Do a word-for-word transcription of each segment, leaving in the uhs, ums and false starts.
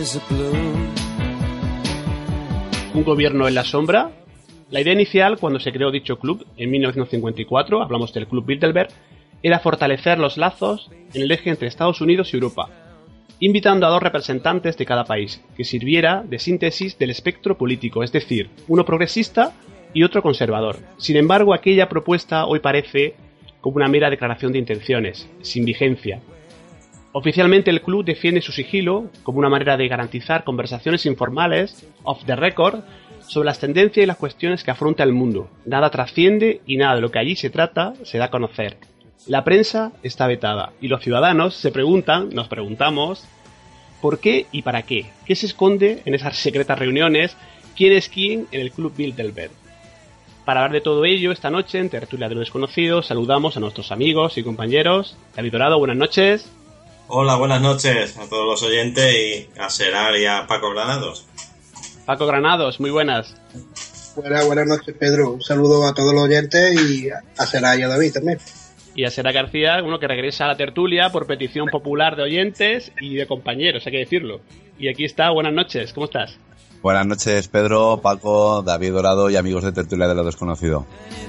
Un gobierno en la sombra. La idea inicial, cuando se creó dicho club, en mil novecientos cincuenta y cuatro, hablamos del Club Bilderberg, era fortalecer los lazos en el eje entre Estados Unidos y Europa, invitando a dos representantes de cada país, que sirviera de síntesis del espectro político, es decir, uno progresista y otro conservador. Sin embargo, aquella propuesta hoy parece como una mera declaración de intenciones, sin vigencia. Oficialmente el club defiende su sigilo como una manera de garantizar conversaciones informales, off the record, sobre las tendencias y las cuestiones que afronta el mundo. Nada trasciende y nada de lo que allí se trata se da a conocer. La prensa está vetada y los ciudadanos se preguntan, nos preguntamos, ¿por qué y para qué? ¿Qué se esconde en esas secretas reuniones? ¿Quién es quién en el Club Bilderberg? Para hablar de todo ello, esta noche, en Tertulia de lo Desconocido, saludamos a nuestros amigos y compañeros. David Dorado, buenas noches. Hola, buenas noches a todos los oyentes y a Serar y a Paco Granados. Paco Granados, muy buenas. Buenas, buenas noches, Pedro. Un saludo a todos los oyentes y a Serar y a David también. Y a Sera García, uno que regresa a la tertulia por petición popular de oyentes y de compañeros, hay que decirlo. Y aquí está, buenas noches, ¿cómo estás? Buenas noches, Pedro, Paco, David Dorado y amigos de Tertulia de lo Desconocido.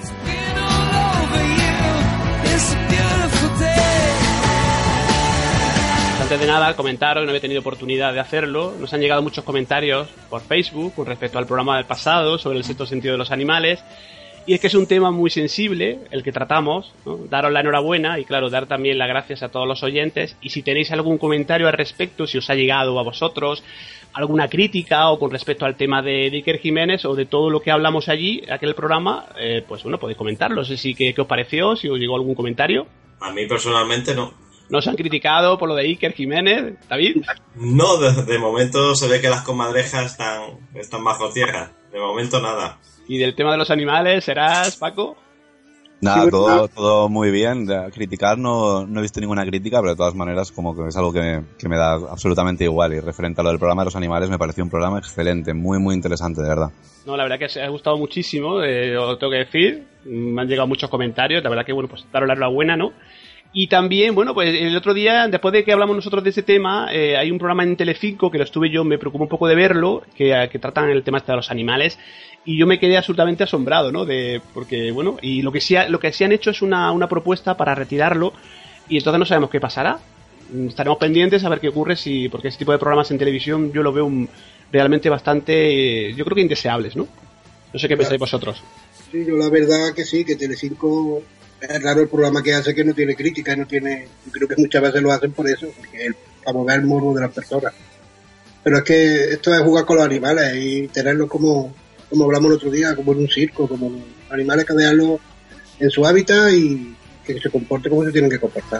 Antes de nada, comentaros, no había tenido oportunidad de hacerlo, nos han llegado muchos comentarios por Facebook con respecto al programa del pasado sobre el sexto sentido de los animales. Y es que es un tema muy sensible, el que tratamos, ¿no? Daros la enhorabuena y claro, dar también las gracias a todos los oyentes. Y si tenéis algún comentario al respecto, si os ha llegado a vosotros, alguna crítica o con respecto al tema de Iker Jiménez o de todo lo que hablamos allí, aquel programa, eh, pues bueno, podéis comentarlo. No sé si qué, qué os pareció, si os llegó algún comentario. A mí personalmente no. ¿No os han criticado por lo de Iker Jiménez, David? No, de, de momento se ve que las comadrejas están, están bajo tierra. De momento nada. ¿Y del tema de los animales serás, Paco? Nada, todo, todo muy bien. De criticar no, no he visto ninguna crítica, pero de todas maneras como que es algo que me, que me da absolutamente igual. Y referente a lo del programa de los animales, me pareció un programa excelente, muy, muy interesante, de verdad. No, la verdad que se ha gustado muchísimo, eh, os tengo que decir. Me han llegado muchos comentarios, la verdad que, bueno, pues daros la enhorabuena, ¿no? Y también, bueno, pues el otro día, después de que hablamos nosotros de ese tema, eh, hay un programa en Telecinco que lo estuve yo, me preocupó un poco de verlo, que, que tratan el tema este de los animales, y yo me quedé absolutamente asombrado, ¿no? De, porque, bueno, y lo que sí, ha, lo que sí han hecho es una, una propuesta para retirarlo, y entonces no sabemos qué pasará. Estaremos pendientes a ver qué ocurre, si porque ese tipo de programas en televisión yo lo veo un, realmente bastante, yo creo que indeseables, ¿no? No sé qué pensáis vosotros. Sí, yo la verdad que sí, que Telecinco... Es raro el programa que hace que no tiene crítica y no tiene... Creo que muchas veces lo hacen por eso, porque es para mover el morbo de las personas. Pero es que esto es jugar con los animales y tenerlos como, como hablamos el otro día, como en un circo, como animales que dejarlos en su hábitat y que se comporten como se tienen que comportar.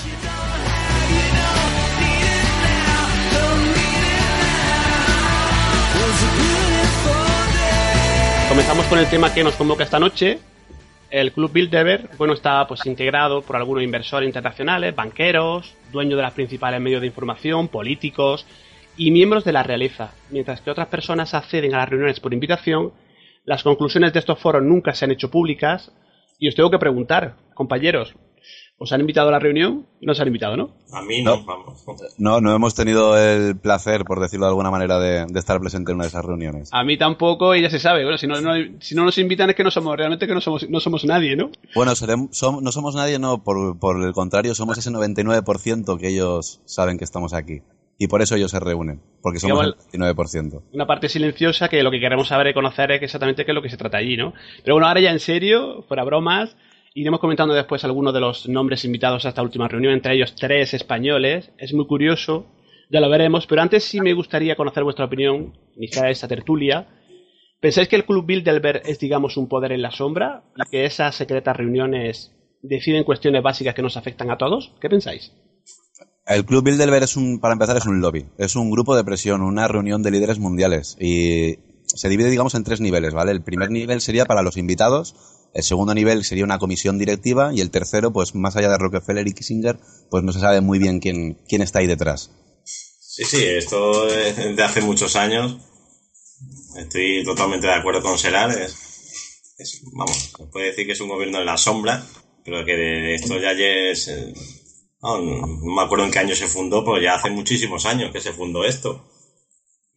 Comenzamos con el tema que nos convoca esta noche. El Club Bilderberg, bueno, está pues integrado por algunos inversores internacionales, banqueros, dueños de los principales medios de información, políticos y miembros de la realeza. Mientras que otras personas acceden a las reuniones por invitación, las conclusiones de estos foros nunca se han hecho públicas. Y os tengo que preguntar, compañeros, ¿os han invitado a la reunión? No os han invitado, ¿no? A mí no, no, vamos. No, no hemos tenido el placer, por decirlo de alguna manera, de, de estar presente en una de esas reuniones. A mí tampoco, y ya se sabe. Bueno, si no, no, si no nos invitan es que no somos, realmente que no somos, no somos nadie, ¿no? Bueno, seremos, som, no somos nadie, no, por, por el contrario, somos ese noventa y nueve por ciento que ellos saben que estamos aquí. Y por eso ellos se reúnen, porque somos el noventa y nueve por ciento. Una parte silenciosa que lo que queremos saber y conocer es exactamente qué es lo que se trata allí, ¿no? Pero bueno, ahora ya en serio, fuera bromas, iremos comentando después algunos de los nombres invitados a esta última reunión, entre ellos tres españoles. Es muy curioso, ya lo veremos, pero antes sí me gustaría conocer vuestra opinión, iniciar esta tertulia. ¿Pensáis que el Club Bilderberg es, digamos, un poder en la sombra? ¿Y que esas secretas reuniones deciden cuestiones básicas que nos afectan a todos? ¿Qué pensáis? El Club Bilderberg, es un, para empezar, es un lobby. Es un grupo de presión, una reunión de líderes mundiales. Y se divide, digamos, en tres niveles, ¿vale? El primer nivel sería para los invitados, el segundo nivel sería una comisión directiva y el tercero, pues más allá de Rockefeller y Kissinger, pues no se sabe muy bien quién, quién está ahí detrás. Sí, sí, esto es de hace muchos años. Estoy totalmente de acuerdo con Serar. Es, es, vamos, se puede decir que es un gobierno en la sombra, pero que de esto ya es... No, no me acuerdo en qué año se fundó, pero ya hace muchísimos años que se fundó esto.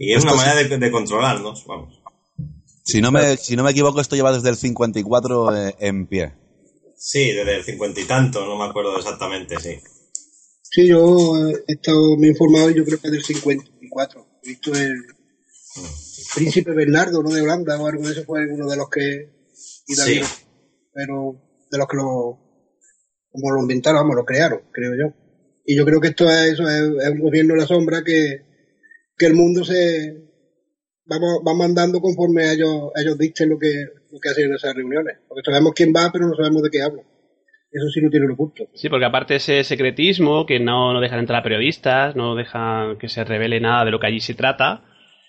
Y es Esto una sí. manera de, de controlarnos, vamos. Si no, me, si no me equivoco, esto lleva desde el cincuenta y cuatro eh, en pie. Sí, desde el cincuenta y tanto, no me acuerdo exactamente, sí. Sí, yo eh, he estado, me he informado y yo creo que es del cincuenta y cuatro. He visto el, el príncipe Bernardo, ¿no? De Holanda o algo de eso, fue uno de los que... Y David, Sí. pero de los que lo... Como lo inventaron, vamos, lo crearon, creo yo. Y yo creo que esto es eso, es, es un gobierno de la sombra que, que el mundo se... Vamos, va mandando conforme ellos, ellos dicen lo que, lo que hacen en esas reuniones. Porque sabemos quién va, pero no sabemos de qué habla. Eso sí no tiene lo justo. Sí, porque aparte ese secretismo, que no, no dejan entrar a periodistas, no dejan que se revele nada de lo que allí se trata.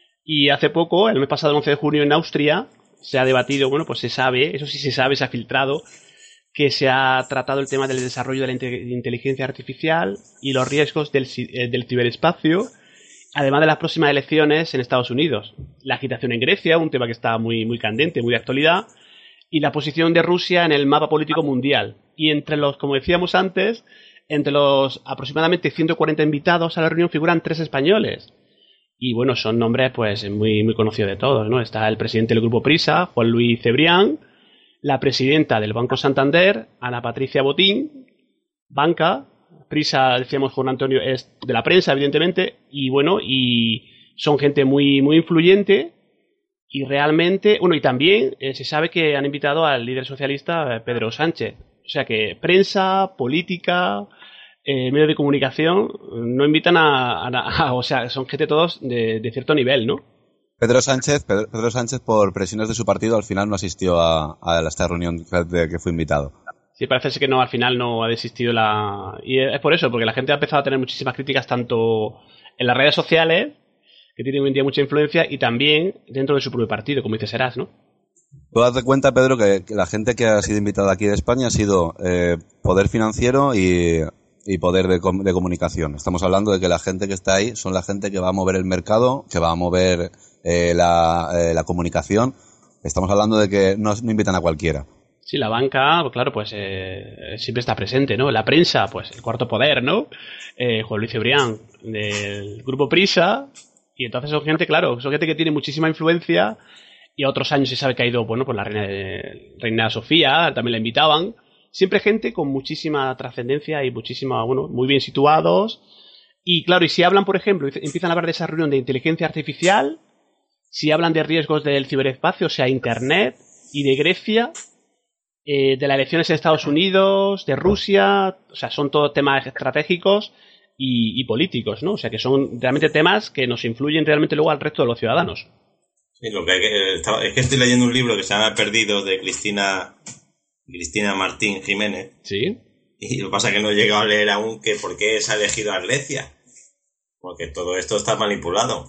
Y hace poco, el mes pasado, el once de junio, en Austria, se ha debatido, bueno, pues se sabe, eso sí se sabe, se ha filtrado, que se ha tratado el tema del desarrollo de la inte- inteligencia artificial y los riesgos del, ci- eh, del ciberespacio, además de las próximas elecciones en Estados Unidos. La agitación en Grecia, un tema que está muy, muy candente, muy de actualidad, y la posición de Rusia en el mapa político mundial. Y entre los, como decíamos antes, entre los aproximadamente ciento cuarenta invitados a la reunión figuran tres españoles. Y bueno, son nombres pues muy, muy conocidos de todos, ¿no? Está el presidente del Grupo Prisa, Juan Luis Cebrián, la presidenta del Banco Santander, Ana Patricia Botín, banca, Prisa, decíamos, Juan Antonio, es de la prensa, evidentemente, y bueno, y son gente muy, muy influyente. Y realmente, bueno, y también eh, se sabe que han invitado al líder socialista eh, Pedro Sánchez. O sea que prensa, política, eh, medios de comunicación, no invitan a, a, a- o sea, son gente todos de, de cierto nivel, ¿no? Pedro Sánchez, Pedro, Pedro Sánchez, por presiones de su partido, al final no asistió a, a esta reunión de que fue invitado. Sí, parece ser que no, al final no ha desistido la... Y es por eso, porque la gente ha empezado a tener muchísimas críticas tanto en las redes sociales, que tienen hoy en día mucha influencia, y también dentro de su propio partido, como dice Serás, ¿no? Tú das de cuenta, Pedro, que, que la gente que ha sido invitada aquí de España ha sido eh, poder financiero y, y poder de, com- de comunicación. Estamos hablando de que la gente que está ahí son la gente que va a mover el mercado, que va a mover eh, la, eh, la comunicación. Estamos hablando de que no, no invitan a cualquiera. Sí, la banca, pues claro, pues eh, siempre está presente, ¿no? La prensa, pues el cuarto poder, ¿no? Eh, Juan Luis Cebrián, del Grupo Prisa, y entonces son gente, claro, son gente que tiene muchísima influencia, y a otros años se sabe que ha ido, bueno, pues la reina, de, reina Sofía, también la invitaban, siempre gente con muchísima trascendencia y muchísima, bueno, muy bien situados, y claro, y si hablan, por ejemplo, empiezan a hablar de esa reunión de inteligencia artificial, si hablan de riesgos del ciberespacio, o sea, Internet, y de Grecia, eh, de las elecciones en Estados Unidos, de Rusia, o sea, son todos temas estratégicos y, y políticos, ¿no? O sea, que son realmente temas que nos influyen realmente luego al resto de los ciudadanos. Sí, lo que hay que- estaba- es que estoy leyendo un libro que se llama Perdidos, de Cristina, Cristina Martín Jiménez, Sí. y lo que pasa es que no he llegado a leer aún que por qué se ha elegido a Grecia, porque todo esto está manipulado.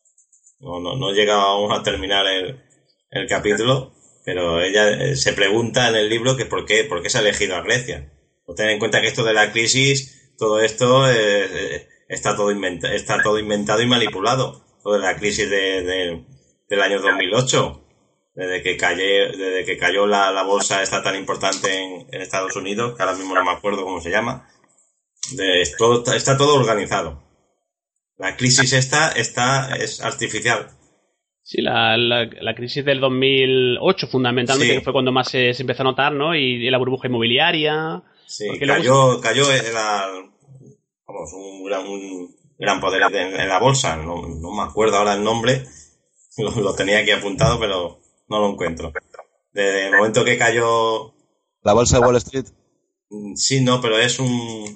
No, no, no he llegado aún a terminar el, el capítulo, pero ella eh, se pregunta en el libro que por qué, por qué se ha elegido a Grecia. Pues ten en cuenta que esto de la crisis, todo esto eh, eh, está todo inventa, está todo inventado y manipulado. Todo de la crisis de, de, del año dos mil ocho, desde que cayó, desde que cayó la, la bolsa esta tan importante en, en Estados Unidos, que ahora mismo no me acuerdo cómo se llama. De, todo, está todo organizado. La crisis esta está es artificial. Sí, la, la, la crisis del dos mil ocho fundamentalmente, Sí. que fue cuando más se, se empezó a notar, ¿no? Y, y la burbuja inmobiliaria. Sí, Porque luego- cayó, cayó era, vamos, un gran, un gran poder en, en la bolsa. No, no me acuerdo ahora el nombre. Lo, lo tenía aquí apuntado, pero no lo encuentro. Desde el momento que cayó... La bolsa de Wall Street. mm, Sí, no, pero es un...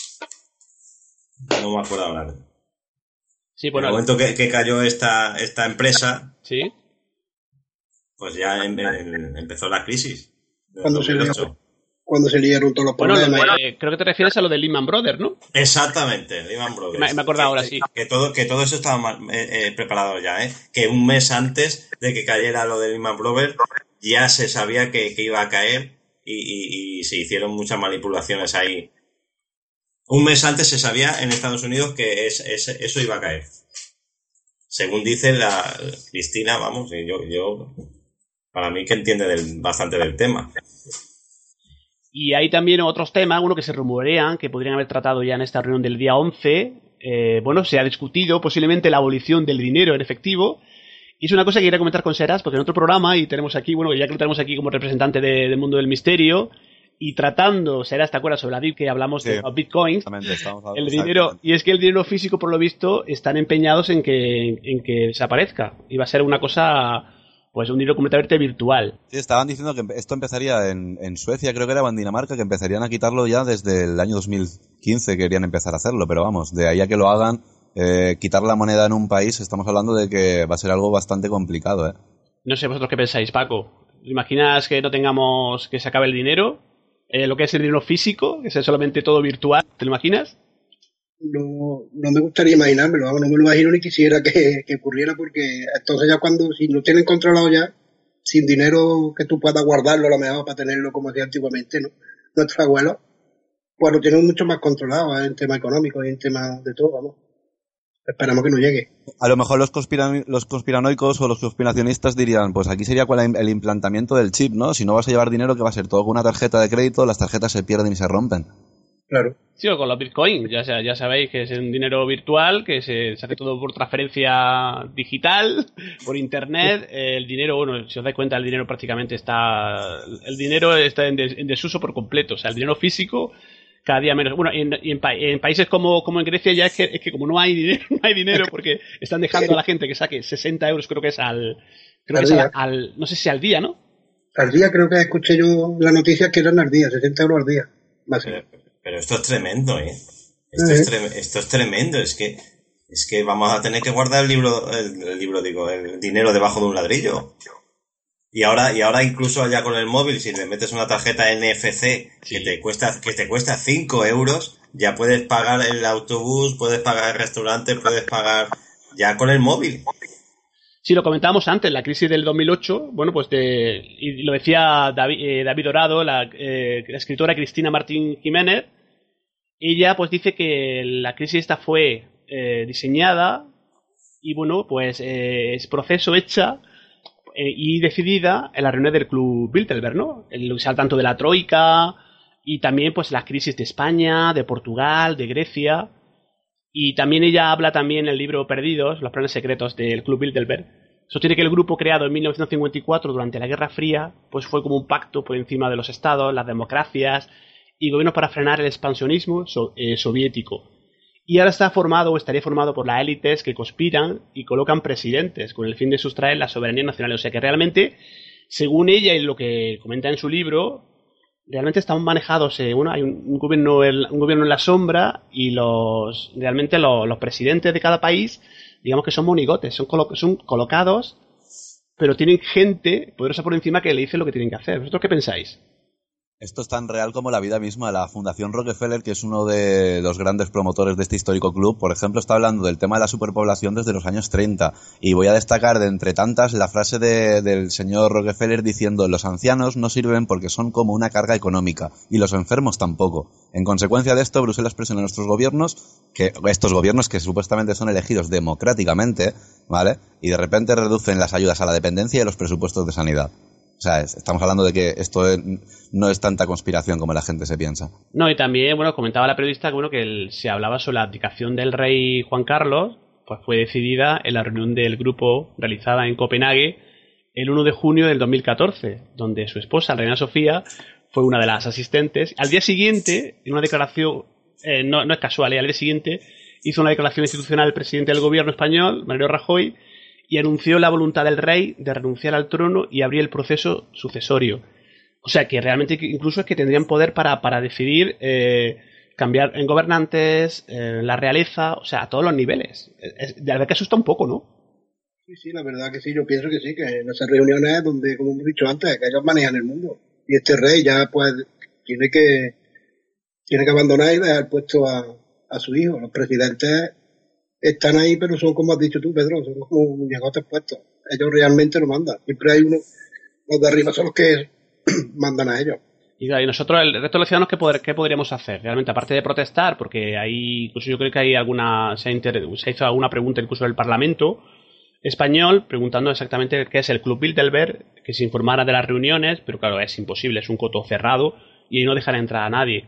No me acuerdo ahora. Sí, En bueno, el momento que, que cayó esta, esta empresa, sí. pues ya em- em- empezó la crisis. del Cuando se dos mil lió. ocho. Cuando se liaron todos los Bueno, lo problemas. de- creo que te refieres a lo de Lehman Brothers, ¿no? Exactamente, Lehman Brothers. Me- me acuerdo Que- ahora, que- sí. Que todo, que todo eso estaba mal- eh, eh, preparado ya, ¿eh? Que un mes antes de que cayera lo de Lehman Brothers ya se sabía que, que iba a caer y, y- y se hicieron muchas manipulaciones ahí. Un mes antes se sabía en Estados Unidos que es, es- eso iba a caer. Según dice la Cristina, vamos, y yo, yo para mí que entiende del- bastante del tema. Y hay también otros temas, uno que se rumorean, que podrían haber tratado ya en esta reunión del día once, eh, bueno, se ha discutido posiblemente la abolición del dinero en efectivo. Y es una cosa que quería comentar con Seras, porque en otro programa, y tenemos aquí, bueno, ya que lo tenemos aquí como representante de, del mundo del misterio, y tratando, Seras, ¿te acuerdas sobre la B I P que hablamos sí, de los bitcoins? El dinero, y es que el dinero físico, por lo visto, están empeñados en que, en que desaparezca. Y va a ser una cosa, pues un dinero completamente virtual. Sí, estaban diciendo que esto empezaría en, en Suecia, creo que era, o en Dinamarca, que empezarían a quitarlo ya desde el año dos mil quince, querían empezar a hacerlo, pero vamos, de ahí a que lo hagan... Eh, quitar la moneda en un país, estamos hablando de que va a ser algo bastante complicado, ¿eh? No sé vosotros qué pensáis, Paco. ¿Imaginas que no tengamos, que se acabe el dinero? Eh, lo que es el dinero físico, que sea solamente todo virtual, ¿te lo imaginas? No, no me gustaría imaginármelo, vamos, no me lo imagino ni quisiera que, que ocurriera, porque entonces ya cuando, si lo tienen controlado ya, sin dinero que tú puedas guardarlo a lo mejor para tenerlo como hacía antiguamente, ¿no? Nuestros abuelos, pues lo tienen mucho más controlado, ¿eh? En temas económicos y en temas de todo, vamos. Esperamos que no llegue. A lo mejor los, conspiran los conspiranoicos o los conspiracionistas dirían, pues aquí sería el implantamiento del chip, ¿no? Si no vas a llevar dinero, ¿qué va a ser? Todo con una tarjeta de crédito, las tarjetas se pierden y se rompen. Claro. Sí, o con los bitcoins, ya, ya sabéis que es un dinero virtual, que se, se hace todo por transferencia digital, por internet. El dinero, bueno, si os dais cuenta, el dinero prácticamente está... El dinero está en, des, en desuso por completo. O sea, el dinero físico... cada día menos. Bueno, en, en, en países como, como en Grecia ya es que, es que como no hay dinero, no hay dinero porque están dejando a la gente que saque sesenta euros, creo que es al, creo al que día. Es al, al, no sé si al día, ¿no? Al día creo que escuché yo la noticia que eran al día, sesenta euros al día. Pero, pero esto es tremendo, ¿eh? Esto, ¿Eh? Es tre esto es tremendo, es que, es que vamos a tener que guardar el libro, el, el libro, digo, el dinero debajo de un ladrillo. Y ahora, y ahora incluso allá con el móvil, si le metes una tarjeta N F C sí. que te cuesta, que te cuesta cinco euros, ya puedes pagar el autobús, puedes pagar el restaurante, puedes pagar ya con el móvil. Sí, lo comentábamos antes, la crisis del dos mil ocho, bueno, pues de, y lo decía David, eh, David Dorado, la, eh, la escritora Cristina Martín Jiménez, ella pues dice que la crisis esta fue eh, diseñada y bueno, pues eh, es proceso hecha y decidida en la reunión del Club Bilderberg, ¿no? El usar tanto de la Troika y también pues las crisis de España, de Portugal, de Grecia. Y también ella habla también en el libro Perdidos, los planes secretos del Club Bilderberg. Sostiene que el grupo creado en mil novecientos cincuenta y cuatro durante la Guerra Fría pues fue como un pacto por encima de los estados, las democracias y gobiernos para frenar el expansionismo so eh, soviético. Y ahora está formado o estaría formado por las élites que conspiran y colocan presidentes con el fin de sustraer la soberanía nacional. O sea que realmente, según ella y lo que comenta en su libro, realmente están manejados, eh, bueno, hay un, un, gobierno, un gobierno en la sombra y los realmente los, los presidentes de cada país, digamos que son monigotes, son, colo son colocados, pero tienen gente poderosa por encima que le dice lo que tienen que hacer. ¿Vosotros qué pensáis? Esto es tan real como la vida misma. La Fundación Rockefeller, que es uno de los grandes promotores de este histórico club, por ejemplo, está hablando del tema de la superpoblación desde los años treinta. Y voy a destacar de entre tantas la frase de, del señor Rockefeller diciendo: los ancianos no sirven porque son como una carga económica, y los enfermos tampoco. En consecuencia de esto, Bruselas presiona a nuestros gobiernos, que estos gobiernos que supuestamente son elegidos democráticamente, ¿vale? Y de repente reducen las ayudas a la dependencia y los presupuestos de sanidad. O sea, estamos hablando de que esto no es tanta conspiración como la gente se piensa. No, y también, bueno, comentaba la periodista que, bueno, que el, se hablaba sobre la abdicación del rey Juan Carlos, pues fue decidida en la reunión del grupo realizada en Copenhague el uno de junio del dos mil catorce, donde su esposa, la reina Sofía, fue una de las asistentes. Al día siguiente, en una declaración, eh, no, no es casual, eh, al día siguiente hizo una declaración institucional el presidente del gobierno español, Mariano Rajoy, y anunció la voluntad del rey de renunciar al trono y abrir el proceso sucesorio. O sea, que realmente incluso es que tendrían poder para, para decidir eh, cambiar en gobernantes, eh, la realeza, o sea, a todos los niveles. Es, de verdad que asusta un poco, ¿no? Sí, sí, la verdad que sí, yo pienso que sí, que en esas reuniones donde, como hemos dicho antes, que ellos manejan el mundo. Y este rey ya, pues, tiene que, tiene que abandonar y dejar puesto a, a su hijo. Los presidentes están ahí, pero son, como has dicho tú, Pedro, son como muñecotes puestos. Ellos realmente no mandan. Siempre hay uno, los de arriba son los que mandan a ellos. Y nosotros, el resto de los ciudadanos, ¿qué, poder, ¿qué podríamos hacer? Realmente, aparte de protestar, porque hay, incluso yo creo que hay alguna, se, inter, se hizo alguna pregunta incluso del Parlamento español, preguntando exactamente qué es el Club Bilderberg, que se informara de las reuniones, pero claro, es imposible, es un coto cerrado y ahí no dejan entrar a nadie.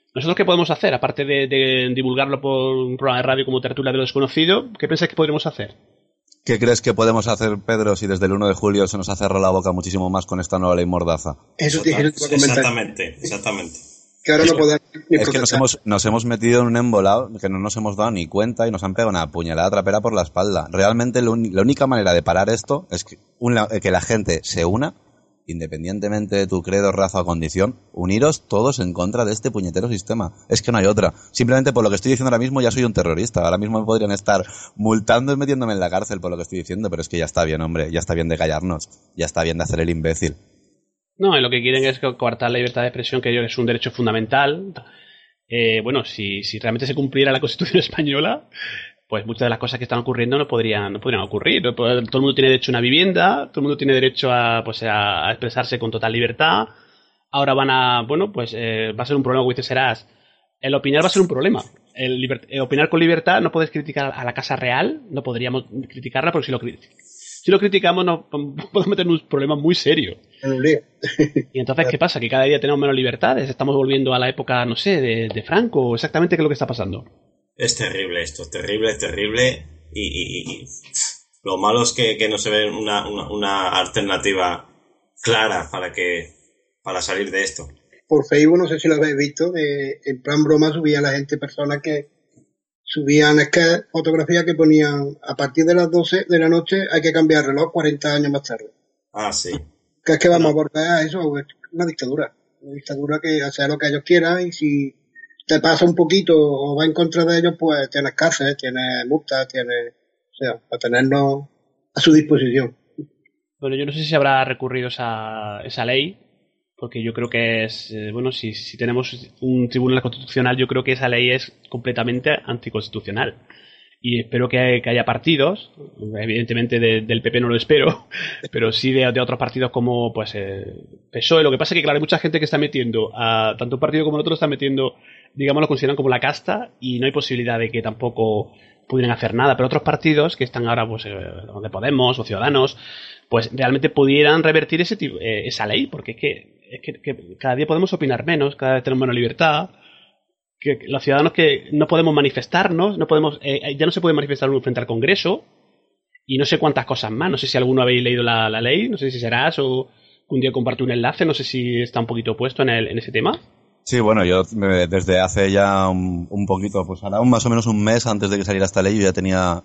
¿Nosotros qué podemos hacer? Aparte de, de divulgarlo por un programa de radio como Tertulia de lo Desconocido, ¿qué pensáis que podríamos hacer? ¿Qué crees que podemos hacer, Pedro, si desde el uno de julio se nos ha cerrado la boca muchísimo más con esta nueva ley Mordaza? Eso te dije, exactamente, exactamente. Que ahora es no que, podemos ni es que nos hemos, nos hemos metido en un embolado que no nos hemos dado ni cuenta y nos han pegado una puñalada trapera por la espalda. Realmente lo, la única manera de parar esto es que, una, que la gente se una, independientemente de tu credo, raza o condición, uniros todos en contra de este puñetero sistema. Es que no hay otra. Simplemente por lo que estoy diciendo ahora mismo ya soy un terrorista. Ahora mismo me podrían estar multando y metiéndome en la cárcel por lo que estoy diciendo, pero es que ya está bien, hombre. Ya está bien de callarnos. Ya está bien de hacer el imbécil. No, y lo que quieren es coartar la libertad de expresión, que es un derecho fundamental. Eh, bueno, si, si realmente se cumpliera la Constitución española, pues muchas de las cosas que están ocurriendo no podrían, no podrían ocurrir. Todo el mundo tiene derecho a una vivienda, todo el mundo tiene derecho a, pues, a expresarse con total libertad. Ahora van a, bueno, pues eh, va a ser un problema, como dices, Serás. El opinar va a ser un problema. El, liber, el opinar con libertad, no puedes criticar a la Casa Real, no podríamos criticarla, porque si lo, si lo criticamos nos podemos meter en un problema muy serio. Y entonces, ¿qué pasa? Que cada día tenemos menos libertades, estamos volviendo a la época, no sé, de, de Franco, exactamente qué es lo que está pasando. Es terrible esto, es terrible, es terrible. Y, y, y lo malo es que, que no se ve una, una, una alternativa clara para que para salir de esto. Por Facebook, no sé si lo habéis visto, de, en plan broma subía la gente, personas que subían, es que fotografías que ponían a partir de las doce de la noche hay que cambiar el reloj cuarenta años más tarde. Ah, sí. Que es que vamos no. a volver a eso, una dictadura. Una dictadura que hace lo que ellos quieran y si te pasa un poquito o va en contra de ellos, pues tienes cárcel, tienes multas, tienes, o sea, para tenernos a su disposición. Bueno, yo no sé si habrá recurrido esa, esa ley, porque yo creo que es, eh, bueno, si, si tenemos un tribunal constitucional, yo creo que esa ley es completamente anticonstitucional. Y espero que, que haya partidos, evidentemente de, del P P no lo espero, pero sí de, de otros partidos como pues eh, P S O E. Lo que pasa es que, claro, hay mucha gente que está metiendo, a tanto un partido como el otro está metiendo, digamos, lo consideran como la casta y no hay posibilidad de que tampoco pudieran hacer nada. Pero otros partidos que están ahora, pues, eh, de Podemos o Ciudadanos, pues realmente pudieran revertir ese eh, esa ley, porque es que, es que, que cada día podemos opinar menos, cada vez tenemos menos libertad. Que los ciudadanos que no podemos manifestarnos, no podemos, eh, ya no se puede manifestar uno frente al Congreso y no sé cuántas cosas más. No sé si alguno habéis leído la, la ley, no sé si serás o un día comparto un enlace, no sé si está un poquito puesto en, el, en ese tema. Sí, bueno, yo desde hace ya un, un poquito, pues ahora un, más o menos un mes antes de que saliera esta ley, yo ya tenía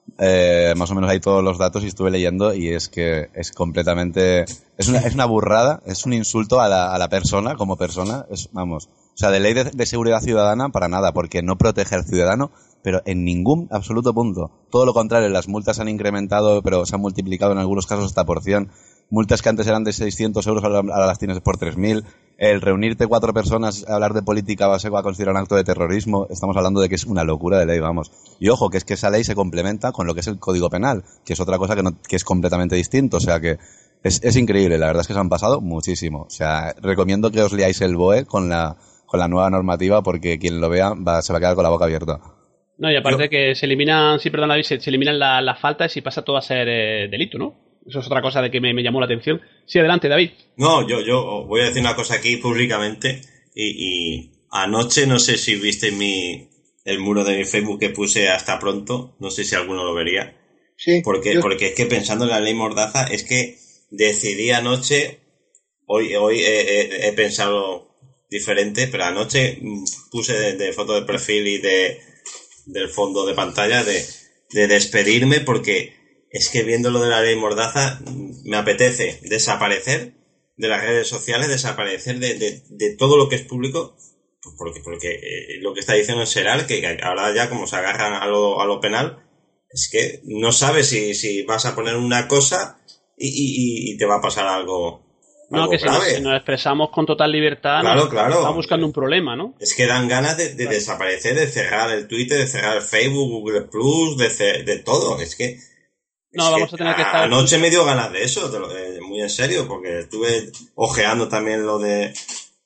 eh, más o menos ahí todos los datos y estuve leyendo y es que es completamente, es una, es una burrada, es un insulto a la, a la persona como persona, es, vamos... O sea, de ley de, de seguridad ciudadana para nada, porque no protege al ciudadano, pero en ningún absoluto punto. Todo lo contrario, las multas han incrementado, pero se han multiplicado en algunos casos hasta por cien. Multas que antes eran de seiscientos euros, ahora las tienes por tres mil. El reunirte cuatro personas a hablar de política va a ser va a considerar un acto de terrorismo. Estamos hablando de que es una locura de ley, vamos. Y ojo, que es que esa ley se complementa con lo que es el Código Penal, que es otra cosa que, no, que es completamente distinto. O sea que es, es increíble, la verdad es que se han pasado muchísimo. O sea, recomiendo que os leáis el B O E con la... con la nueva normativa, porque quien lo vea va, se va a quedar con la boca abierta. No, y aparte Yo... que se eliminan, sí, perdón, se, se eliminan las la faltas y pasa todo a ser eh, delito, ¿no? Eso es otra cosa de que me, me llamó la atención. Sí, adelante, David. No, yo, yo voy a decir una cosa aquí públicamente y, y anoche no sé si viste mi el muro de mi Facebook que puse hasta pronto, no sé si alguno lo vería. Sí. Porque, yo... porque es que pensando en la ley Mordaza, es que decidí anoche, hoy, hoy he, he, he pensado diferente, pero anoche puse de, de foto de perfil y de del fondo de pantalla de, de despedirme porque es que viendo lo de la ley Mordaza me apetece desaparecer de las redes sociales, desaparecer de, de, de todo lo que es público, pues porque, porque eh, lo que está diciendo Seral, que ahora ya como se agarran a lo, a lo penal, es que no sabes si, si vas a poner una cosa y, y, y te va a pasar algo. No, que si nos, si nos expresamos con total libertad, claro, nos claro. estamos buscando un problema, ¿no? Es que dan ganas de, de claro. desaparecer, de cerrar el Twitter, de cerrar el Facebook, Google Plus, de, de todo. Es que, no, es vamos que a tener que estar... Anoche me dio ganas de eso, de lo, de, muy en serio, porque estuve ojeando también lo de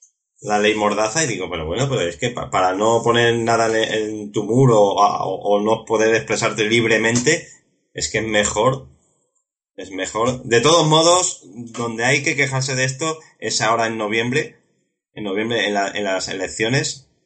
la ley Mordaza y digo, pero bueno, pero es que pa, para no poner nada en, en tu muro o, o, o no poder expresarte libremente, es que es mejor... Es mejor. De todos modos, donde hay que quejarse de esto es ahora en noviembre. En noviembre, en, la, en las elecciones,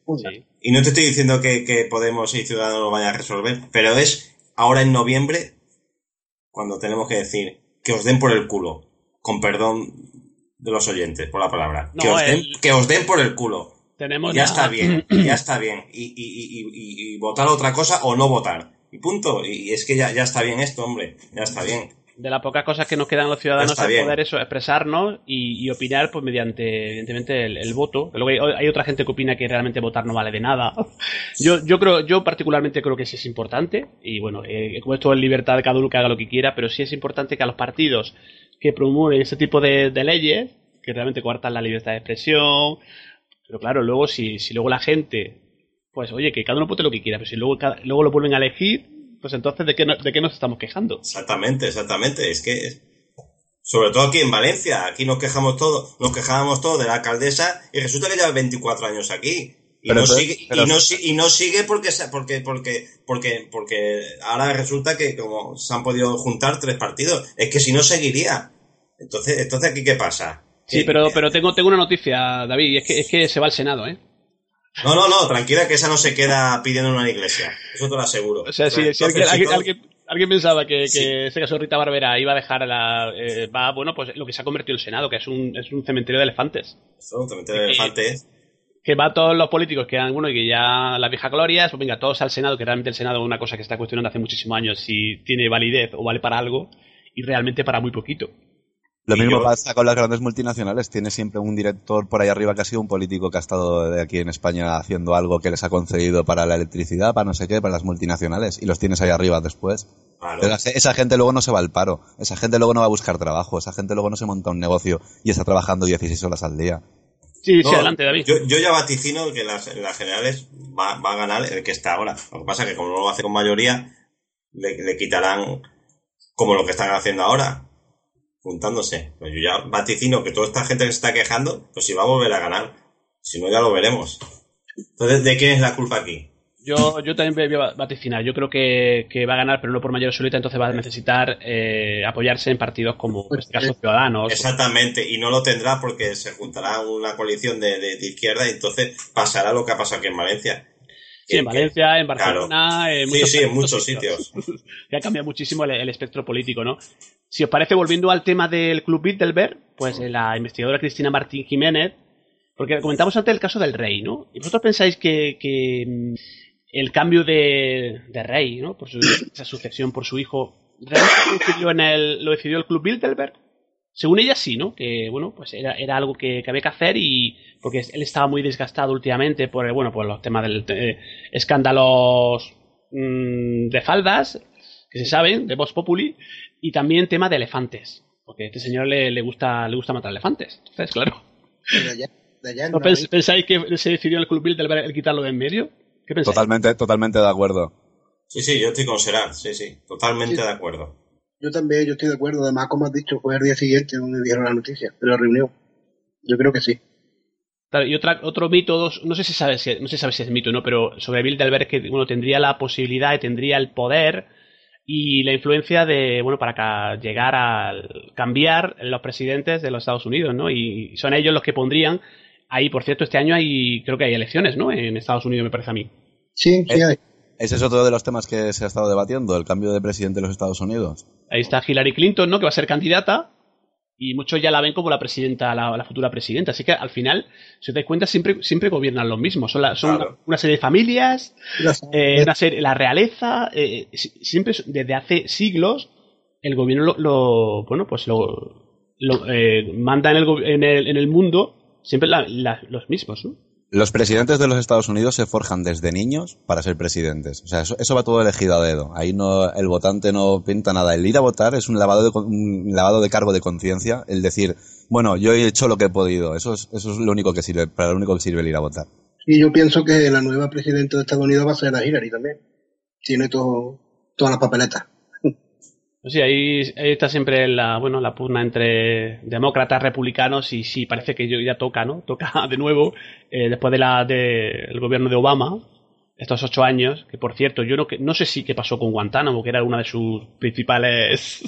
Sí. Y no te estoy diciendo que, que Podemos y Ciudadanos lo vayan a resolver, pero es ahora en noviembre cuando tenemos que decir que os den por el culo, con perdón de los oyentes por la palabra, no, que, os den, el... que os den por el culo. Tenemos ya ya... está bien, ya está bien. Y, y, y, y, y votar otra cosa o no votar. Y punto. Y es que ya, ya está bien esto, hombre. Ya está bien. De las pocas cosas que nos quedan a los ciudadanos es bien. poder eso, expresarnos y, y opinar pues mediante, evidentemente, el, el voto. Luego hay, hay otra gente que opina que realmente votar no vale de nada. Yo, yo creo, yo particularmente creo que sí es importante. Y bueno, eh, como esto es libertad de cada uno que haga lo que quiera, pero sí es importante que a los partidos que promueven ese tipo de, de leyes, que realmente coartan la libertad de expresión. Pero claro, luego si, si luego la gente, pues oye, que cada uno vote lo que quiera, pero si luego, cada, luego lo vuelven a elegir, pues entonces ¿de qué, no, ¿de qué nos estamos quejando? Exactamente, exactamente. Es que, sobre todo aquí en Valencia, aquí nos quejamos todos, nos quejábamos todos de la alcaldesa y resulta que lleva veinticuatro años aquí. Y pero, no pero, sigue, pero, y no, y no sigue porque, porque, porque, porque, porque ahora resulta que como se han podido juntar tres partidos, es que si no seguiría. Entonces, entonces aquí ¿qué pasa? Sí, pero, pero tengo, tengo una noticia, David, y es que, es que se va al Senado, ¿eh? No, no, no, tranquila que esa no se queda pidiendo en una iglesia. Eso te lo aseguro. O sea, si, si alguien, alguien, alguien, alguien pensaba que, sí. que ese caso Rita Barbera iba a dejar a la... Eh, va, bueno, pues lo que se ha convertido el Senado, que es un, es un cementerio de elefantes. Es un cementerio de elefantes. Que va a todos los políticos que han, bueno, y que ya la vieja gloria, pues venga, todos al Senado, que realmente el Senado es una cosa que está cuestionando hace muchísimos años si tiene validez o vale para algo, y realmente para muy poquito. Lo mismo yo... pasa con las grandes multinacionales. Tiene siempre un director por ahí arriba que ha sido un político que ha estado de aquí en España haciendo algo que les ha concedido para la electricidad, para no sé qué, para las multinacionales. Y los tienes ahí arriba después. Claro. Pero esa gente luego no se va al paro. Esa gente luego no va a buscar trabajo. Esa gente luego no se monta un negocio y está trabajando dieciséis horas al día. Sí, no, sí, adelante, David. Yo, yo ya vaticino que en las, en las generales va, va a ganar el que está ahora. Lo que pasa es que como no lo hace con mayoría, le, le quitarán como lo que están haciendo ahora. Juntándose. Pues yo ya vaticino que toda esta gente que se está quejando, pues si va a volver a ganar. Si no, ya lo veremos. Entonces, ¿de quién es la culpa aquí? Yo, yo también voy a vaticinar. Yo creo que, que va a ganar, pero no por mayoría absoluta, entonces va a necesitar eh, apoyarse en partidos como, en este caso, Ciudadanos. Exactamente, y no lo tendrá porque se juntará una coalición de, de, de izquierda y entonces pasará lo que ha pasado aquí en Valencia. Sí, en Valencia, en Barcelona, claro. en muchos, sí, sí, en muchos sitios. sitios. Que ha cambiado muchísimo el, el espectro político, ¿no? Si os parece, volviendo al tema del Club Bilderberg, pues sí. La investigadora Cristina Martín Jiménez, porque comentamos antes el caso del rey, ¿no? ¿Y vosotros pensáis que, que el cambio de, de rey, ¿no? Por su, esa sucesión por su hijo, ¿realmente lo decidió, en el, lo decidió el Club Bilderberg? Según ella sí, ¿no? Que, bueno, pues era, era algo que, que había que hacer y porque él estaba muy desgastado últimamente por, bueno, por los temas del eh, escándalos mmm, de faldas, que se saben, de Vox Populi, y también tema de elefantes, porque a este señor le, le gusta le gusta matar elefantes. Entonces, claro. De allá, de allá ¿No pens- pensáis que se decidió en el Club Bilderberg el quitarlo de en medio? ¿Qué pensáis? Totalmente, totalmente de acuerdo. Sí, sí, yo estoy con Serán, sí, sí, totalmente sí. de acuerdo. Yo también, yo estoy de acuerdo. Además, como has dicho, fue el día siguiente donde dieron la noticia de la reunión. Yo creo que sí. Claro, y otra, otro mito, dos, no sé si sabe si, no se sabe si es mito o no, pero sobre Bilderberg que bueno, tendría la posibilidad y tendría el poder y la influencia de, bueno, para llegar a cambiar los presidentes de los Estados Unidos, ¿no? Y son ellos los que pondrían, ahí, por cierto, este año hay, creo que hay elecciones, ¿no? En Estados Unidos, me parece a mí. Sí, sí hay. Ese es otro de los temas que se ha estado debatiendo, el cambio de presidente de los Estados Unidos. Ahí está Hillary Clinton, ¿no? Que va a ser candidata. Y muchos ya la ven como la presidenta, la, la futura presidenta. Así que al final, si os dais cuenta, siempre, siempre gobiernan los mismos. Son, la, son claro. una, una serie de familias, eh, una serie, la realeza. Eh, siempre, desde hace siglos, el gobierno lo, lo bueno, pues lo, lo eh, manda en el, en el, en el mundo siempre la, la, los mismos, ¿no? Los presidentes de los Estados Unidos se forjan desde niños para ser presidentes. O sea, eso, eso va todo elegido a dedo. Ahí no, el votante no pinta nada. El ir a votar es un lavado de, un lavado de cargo de conciencia. El decir, bueno, yo he hecho lo que he podido. Eso es, eso es lo único que sirve, para lo único que sirve el ir a votar. Y yo pienso que la nueva presidenta de Estados Unidos va a ser la Hillary también. Tiene todo, todas las papeletas. Sí, ahí, ahí está siempre la, bueno, la pugna entre demócratas, republicanos y sí, parece que ya toca, ¿no? Toca de nuevo, eh, después de la de, el gobierno de Obama, estos ocho años, que por cierto, yo no, no sé si qué pasó con Guantánamo, que era una de sus principales,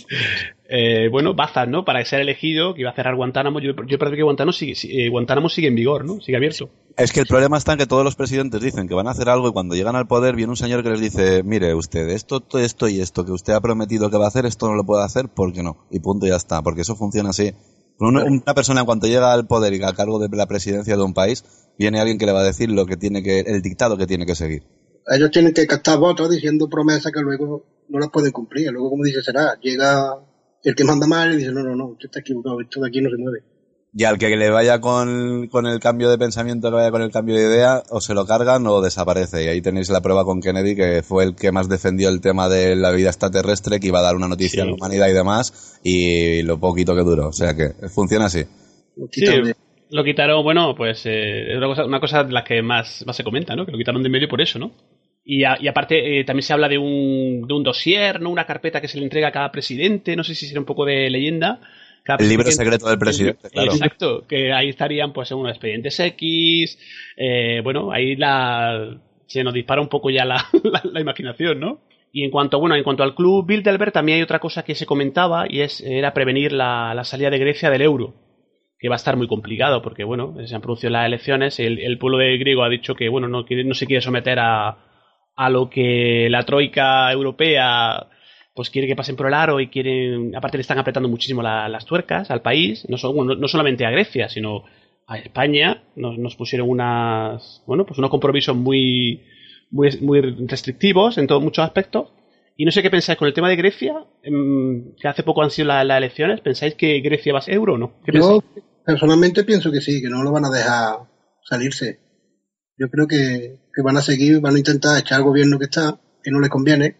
eh, bueno, bazas, ¿no? Para ser elegido, que iba a cerrar Guantánamo. Yo, yo parece que Guantánamo sigue, eh, Guantánamo sigue en vigor, ¿no? Sigue abierto. Es que el problema está en que todos los presidentes dicen que van a hacer algo y cuando llegan al poder viene un señor que les dice, mire usted, esto, esto y esto que usted ha prometido que va a hacer, esto no lo puede hacer, ¿por qué no? Y punto, y ya está, porque eso funciona así. Una, una persona en cuanto llega al poder y a cargo de la presidencia de un país, viene alguien que le va a decir lo que tiene que, el dictado que tiene que seguir. Ellos tienen que captar votos diciendo promesas que luego no las pueden cumplir. Luego, como dice, será, llega el que manda mal y dice, no, no, no, usted está equivocado, esto de aquí no se mueve. Y al que le vaya con, con el cambio de pensamiento, que vaya con el cambio de idea, o se lo cargan o desaparece. Y ahí tenéis la prueba con Kennedy, que fue el que más defendió el tema de la vida extraterrestre, que iba a dar una noticia sí. a la humanidad y demás, y lo poquito que duró. O sea que funciona así. Sí, lo quitaron, bueno, pues eh, es una cosa, una cosa de las que más, más se comenta, ¿no? Que lo quitaron de en medio por eso, ¿no? Y, a, y aparte eh, también se habla de un, de un dossier, ¿no? Una carpeta que se le entrega a cada presidente, no sé si será un poco de leyenda. Cada el libro secreto del presidente, el, claro. Exacto, que ahí estarían pues unos expedientes X, eh, bueno, ahí la se nos dispara un poco ya la, la, la imaginación, ¿no? Y en cuanto, bueno, en cuanto al club Bilderberg también hay otra cosa que se comentaba y es era prevenir la, la salida de Grecia del euro, que va a estar muy complicado porque, bueno, se han producido las elecciones, el, el pueblo de griego ha dicho que, bueno, no, no se quiere someter a, a lo que la troika europea pues quiere que pasen por el aro y quieren, aparte le están apretando muchísimo la, las tuercas al país, no, solo, no, no solamente a Grecia, sino a España, nos, nos pusieron unas, bueno, pues unos compromisos muy, muy, muy restrictivos en todos muchos aspectos. Y no sé qué pensáis con el tema de Grecia, que hace poco han sido las, las elecciones, ¿pensáis que Grecia va a ser euro o no? Yo personalmente pienso que sí, que no lo van a dejar salirse. Yo creo que, que van a seguir, van a intentar echar al gobierno que está, que no les conviene,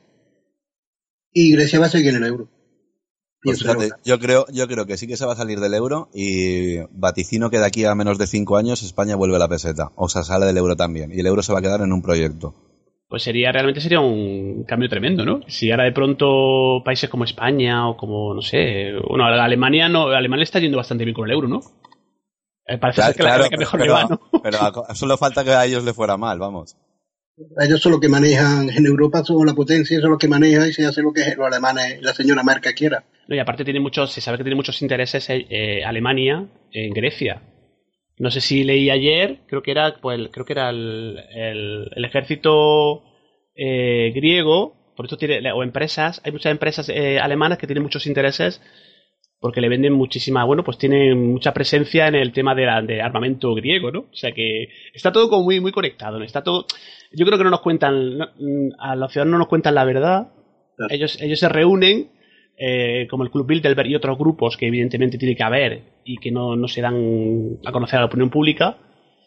y Grecia va a seguir en el euro. Pues fíjate, yo creo, yo creo que sí que se va a salir del euro y vaticino que de aquí a menos de cinco años España vuelve a la peseta, o sea, sale del euro también, y el euro se va a quedar en un proyecto. Pues sería, realmente sería un cambio tremendo, ¿no? Si ahora de pronto países como España o como, no sé, bueno, Alemania no, Alemania está yendo bastante bien con el euro, ¿no? Eh, parece claro, ser que la claro, que mejor pero, le va, ¿no? Pero solo falta que a ellos le fuera mal, vamos. Ellos son los que manejan, en Europa son la potencia, son los que manejan y se hace lo que los alemanes, la señora Merkel quiera. No, y aparte tiene muchos, se sabe que tiene muchos intereses eh, Alemania en Grecia. No sé si leí ayer, creo que era, pues, creo que era el, el, el ejército eh, griego, por esto tiene, o empresas, hay muchas empresas eh, alemanas que tienen muchos intereses porque le venden muchísima, bueno, pues tienen mucha presencia en el tema de, la, de armamento griego, ¿no? O sea que está todo como muy, muy conectado, ¿no? Está todo, yo creo que no nos cuentan, no, a los ciudadanos no nos cuentan la verdad, claro. ellos, ellos se reúnen, eh, como el Club Bilderberg y otros grupos que evidentemente tiene que haber y que no, no se dan a conocer a la opinión pública,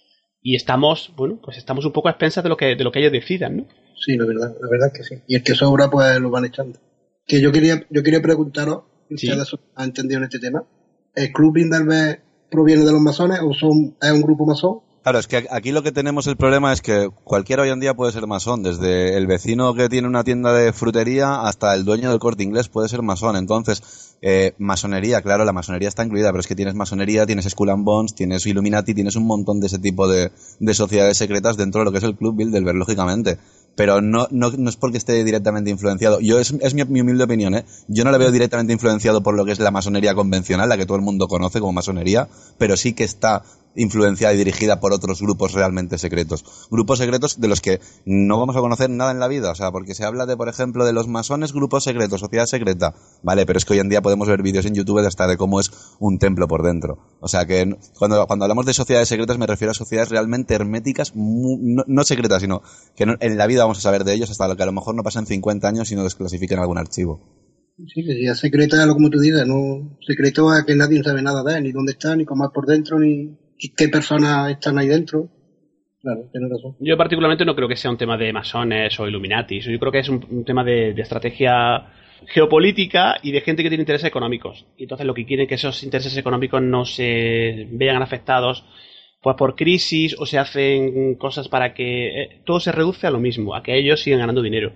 y estamos, bueno, pues estamos un poco a expensas de lo que, de lo que ellos decidan, ¿no? Sí, la verdad, la verdad es que sí. Y el que sobra, pues lo van echando. Que yo quería, yo quería preguntaros, si ustedes sí. han entendido en este tema, ¿el Club Bilderberg proviene de los masones o son, es un grupo masón? Claro, es que aquí lo que tenemos el problema es que cualquiera hoy en día puede ser masón, desde el vecino que tiene una tienda de frutería hasta el dueño del Corte Inglés puede ser masón. Entonces, eh, masonería, claro, la masonería está incluida, pero es que tienes masonería, tienes Skull and Bones, tienes Illuminati, tienes un montón de ese tipo de, de sociedades secretas dentro de lo que es el Club Bilderberg, lógicamente. Pero no, no, no es porque esté directamente influenciado. Yo es, es mi, mi humilde opinión, ¿eh? Yo no le veo directamente influenciado por lo que es la masonería convencional, la que todo el mundo conoce como masonería, pero sí que está influenciada y dirigida por otros grupos realmente secretos. Grupos secretos de los que no vamos a conocer nada en la vida, o sea, porque se habla de, por ejemplo, de los masones, grupos secretos, sociedad secreta, vale, pero es que hoy en día podemos ver vídeos en YouTube de hasta de cómo es un templo por dentro. O sea, que cuando, cuando hablamos de sociedades secretas me refiero a sociedades realmente herméticas, muy, no, no secretas, sino que no, en la vida vamos a saber de ellos hasta lo que a lo mejor no pasan cincuenta años y no desclasifiquen algún archivo. Sí, que ya secreta es lo como tú dices, no secreto es que nadie sabe nada de él, ni dónde está, ni cómo es por dentro, ni qué personas están ahí dentro. Claro, tienes razón. Yo particularmente no creo que sea un tema de masones o Illuminatis, yo creo que es un, un tema de, de estrategia geopolítica y de gente que tiene intereses económicos. Y entonces lo que quieren es que esos intereses económicos no se vean afectados pues por crisis o se hacen cosas para que eh, todo se reduce a lo mismo, a que ellos sigan ganando dinero.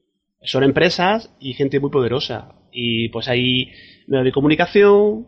Son empresas y gente muy poderosa y pues hay medios de comunicación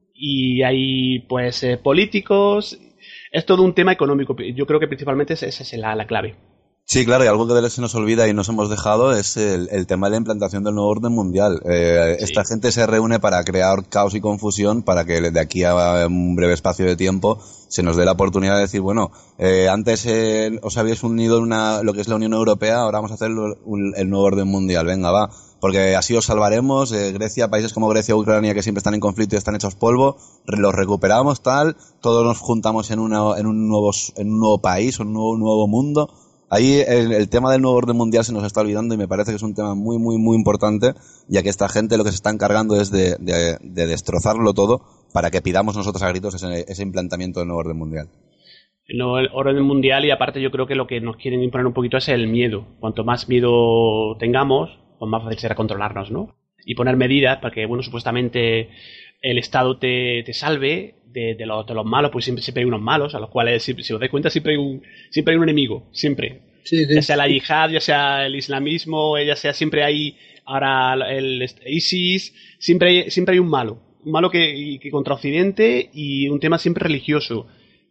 y hay pues eh, políticos. Es todo un tema económico. Yo creo que principalmente esa es la, la clave. Sí, claro, y algo que se nos olvida y nos hemos dejado es el, el tema de la implantación del nuevo orden mundial. Eh, sí. Esta gente se reúne para crear caos y confusión para que de aquí a un breve espacio de tiempo se nos dé la oportunidad de decir, bueno, eh, antes eh, os habéis unido en una, lo que es la Unión Europea, ahora vamos a hacer el, el nuevo orden mundial, venga, va. Porque así os salvaremos, eh, Grecia, países como Grecia o Ucrania que siempre están en conflicto y están hechos polvo, los recuperamos tal, todos nos juntamos en, una, en, un, nuevo, en un nuevo país, un nuevo, nuevo mundo. Ahí el, el tema del nuevo orden mundial se nos está olvidando y me parece que es un tema muy, muy, muy importante, ya que esta gente lo que se está encargando es de, de, de destrozarlo todo para que pidamos nosotros a gritos ese, ese implantamiento del nuevo orden mundial. El nuevo orden mundial, y aparte yo creo que lo que nos quieren imponer un poquito es el miedo. Cuanto más miedo tengamos, pues más fácil será controlarnos, ¿no? Y poner medidas para que, bueno, supuestamente el Estado te, te salve de, de, los, de los malos, pues siempre, siempre hay unos malos, a los cuales, si, si os dais cuenta, siempre hay un, siempre hay un enemigo, siempre. Sí, sí. Ya sea la yihad, ya sea el islamismo, ya sea siempre hay ahora el, el ISIS, siempre hay, siempre hay un malo. Un malo que, que contra Occidente y un tema siempre religioso.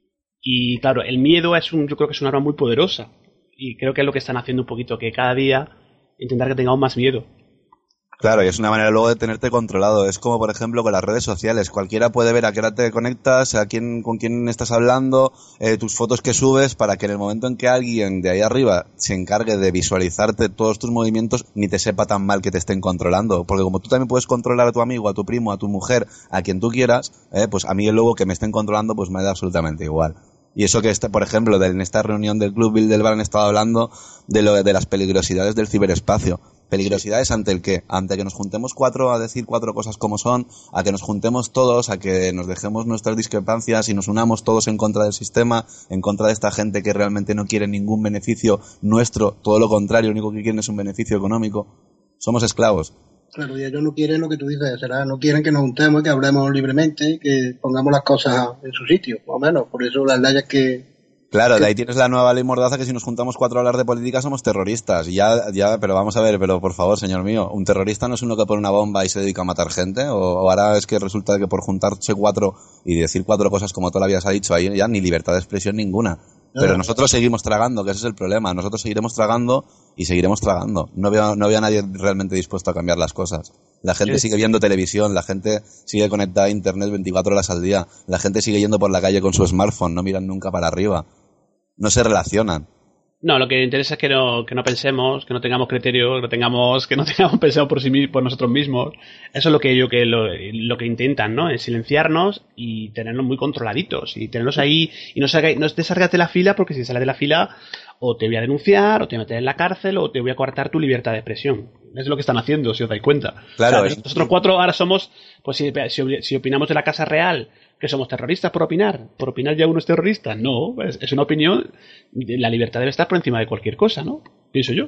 Y claro, el miedo es un, yo creo que es una arma muy poderosa. Y creo que es lo que están haciendo un poquito, que cada día intentar que tengamos más miedo. Claro, y es una manera luego de tenerte controlado. Es como, por ejemplo, con las redes sociales. Cualquiera puede ver a qué hora te conectas, a quién, con quién estás hablando, eh, tus fotos que subes, para que en el momento en que alguien de ahí arriba se encargue de visualizarte todos tus movimientos, ni te sepa tan mal que te estén controlando. Porque como tú también puedes controlar a tu amigo, a tu primo, a tu mujer, a quien tú quieras, eh, pues a mí luego que me estén controlando, pues me da absolutamente igual. Y eso que, este, por ejemplo, de, en esta reunión del Club Bilderberg han estado hablando de, lo, de las peligrosidades del ciberespacio. ¿Peligrosidades ante el qué? Ante que nos juntemos cuatro a decir cuatro cosas como son, a que nos juntemos todos, a que nos dejemos nuestras discrepancias y nos unamos todos en contra del sistema, en contra de esta gente que realmente no quiere ningún beneficio nuestro, todo lo contrario, lo único que quieren es un beneficio económico. Somos esclavos. Claro, y ellos no quieren lo que tú dices, será, no quieren que nos juntemos, que hablemos libremente, que pongamos las cosas en su sitio, más o menos. Por eso las leyes que... Claro, que... de ahí tienes la nueva ley Mordaza, que si nos juntamos cuatro a hablar de política somos terroristas. Ya, ya, pero vamos a ver, pero por favor, señor mío, ¿un terrorista no es uno que pone una bomba y se dedica a matar gente? ¿O, o ahora es que resulta que por juntarse cuatro y decir cuatro cosas como tú lo habías dicho, ahí ya ni libertad de expresión ninguna? Pero nosotros seguimos tragando, que ese es el problema. Nosotros seguiremos tragando y seguiremos tragando. No veo, no veo a nadie realmente dispuesto a cambiar las cosas. La gente sigue viendo televisión, la gente sigue conectada a internet veinticuatro horas al día, la gente sigue yendo por la calle con su smartphone, no miran nunca para arriba. No se relacionan. No, lo que interesa es que no, que no pensemos, que no tengamos criterio, que no tengamos, que no tengamos pensado por sí por nosotros mismos. Eso es lo que yo que lo, lo que intentan, ¿no? Es silenciarnos y tenernos muy controladitos y tenerlos ahí y no salga, no te salgas de la fila, porque si sales de la fila o te voy a denunciar o te voy a meter en la cárcel o te voy a coartar tu libertad de expresión. Es lo que están haciendo, si os dais cuenta. Claro. O sea, nosotros cuatro ahora somos, pues si, si, si opinamos de la Casa Real, que somos terroristas por opinar. ¿Por opinar ya uno es terrorista? No, es, es una opinión. La libertad debe estar por encima de cualquier cosa, ¿no? Pienso yo.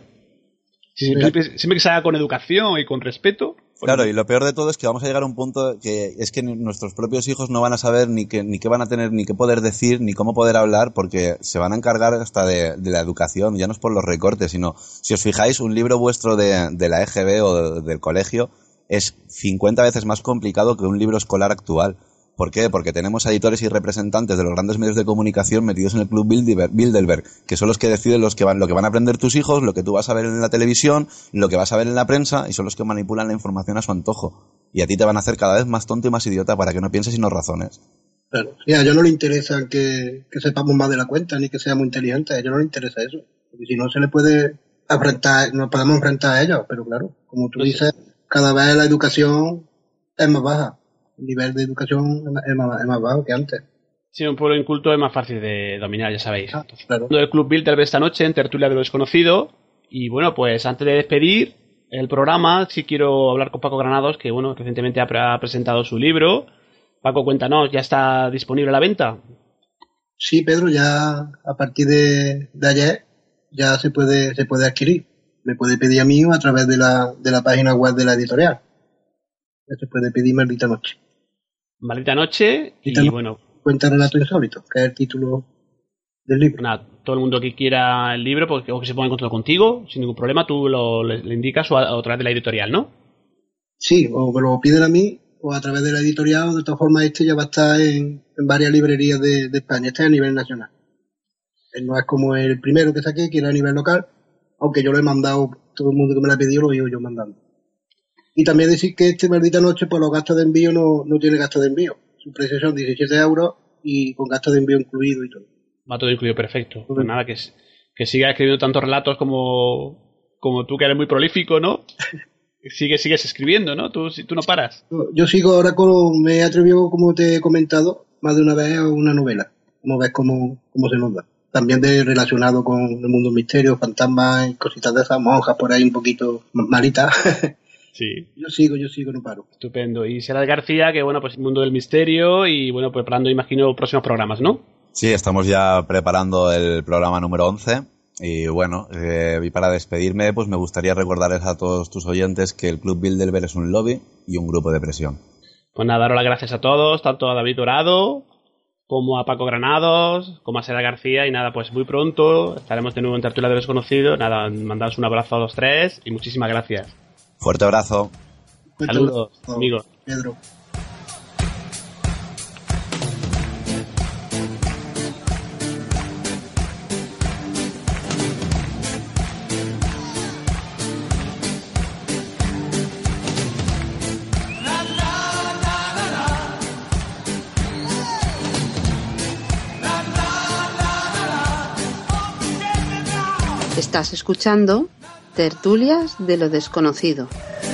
Si, siempre, siempre que se haga con educación y con respeto. Pues claro, no. Y lo peor de todo es que vamos a llegar a un punto que es que nuestros propios hijos no van a saber ni qué ni qué van a tener, ni qué poder decir, ni cómo poder hablar, porque se van a encargar hasta de, de la educación, ya no es por los recortes, sino, si os fijáis, un libro vuestro de, de la E G B o de, del colegio es cincuenta veces más complicado que un libro escolar actual. ¿Por qué? Porque tenemos editores y representantes de los grandes medios de comunicación metidos en el Club Bilderberg, que son los que deciden los que van, lo que van a aprender tus hijos, lo que tú vas a ver en la televisión, lo que vas a ver en la prensa, y son los que manipulan la información a su antojo. Y a ti te van a hacer cada vez más tonto y más idiota para que no pienses y no razones. Claro. Y a ellos no les interesa que, que sepamos más de la cuenta, ni que seamos inteligentes. A ellos no les interesa eso. Porque si no se les puede enfrentar, nos podemos enfrentar a ellos. Pero claro, como tú dices, cada vez la educación es más baja. El nivel de educación es más, es más bajo que antes. Sí, un pueblo inculto es más fácil de dominar, ya sabéis. Ah, claro. El Club Bilderberg esta noche en Tertulia de lo Desconocido. Y bueno, pues antes de despedir el programa, sí quiero hablar con Paco Granados, que bueno, recientemente ha, ha presentado su libro. Paco, cuéntanos, ¿ya está disponible a la venta? Sí, Pedro, ya a partir de, de ayer ya se puede se puede adquirir. Me puede pedir a mí a través de la, de la página web de la editorial. Ya se puede pedir Maldita Noche. Maldita Noche y, y bueno... Cuenta relato insólito, que es el título del libro. Nada, todo el mundo que quiera el libro, porque, o que se ponga en contacto contigo, sin ningún problema, tú lo, le, le indicas o a, a través de la editorial, ¿no? Sí, o me lo piden a mí, o a través de la editorial, o de todas formas este ya va a estar en, en varias librerías de, de España, este es a nivel nacional. No es como el primero que saqué, que era a nivel local, aunque yo lo he mandado, todo el mundo que me lo ha pedido lo he ido yo mandando. Y también decir que este Maldita Noche, pues los gastos de envío no, no tiene gastos de envío. Su precio son diecisiete euros y con gastos de envío incluido y todo. Va todo incluido, perfecto. Pues nada, que, que siga escribiendo tantos relatos como, como tú, que eres muy prolífico, ¿no? Sigue, sigues escribiendo, ¿no? Tú, tú no paras. Yo sigo ahora con, me he atrevido, como te he comentado, más de una vez a una novela. Como ves cómo, cómo se nos da. También de relacionado con el mundo misterio, fantasmas y cositas de esas, monjas por ahí un poquito malitas. Sí. Yo sigo, yo sigo, no paro. Estupendo. Y Serás García, que bueno, pues mundo del misterio y bueno, preparando, imagino, próximos programas, ¿no? Sí, estamos ya preparando el programa número once. Y bueno, eh, y para despedirme, pues me gustaría recordarles a todos tus oyentes que el Club Bilderberg es un lobby y un grupo de presión. Pues nada, daros las gracias a todos, tanto a David Dorado, como a Paco Granados, como a Serás García, y nada, pues muy pronto estaremos de nuevo en Tertulia de Desconocido. Nada, mandaros un abrazo a los tres y muchísimas gracias. Fuerte abrazo. Saludos, amigos. Pedro. Estás escuchando Tertulias de lo Desconocido.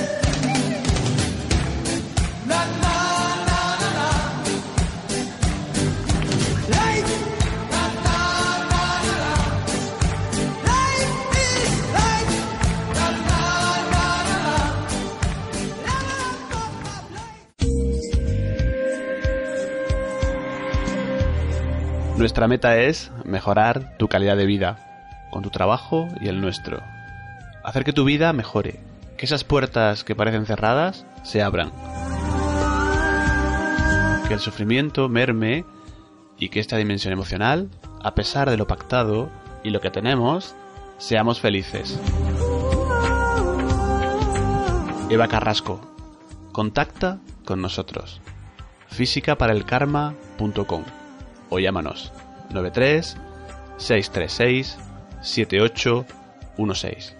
Nuestra meta es mejorar tu calidad de vida con tu trabajo y el nuestro. Hacer que tu vida mejore, que esas puertas que parecen cerradas se abran, que el sufrimiento merme y que esta dimensión emocional, a pesar de lo pactado y lo que tenemos, seamos felices. Eva Carrasco, contacta con nosotros. física para el karma punto com o llámanos nueve tres seis tres seis siete ocho uno seis.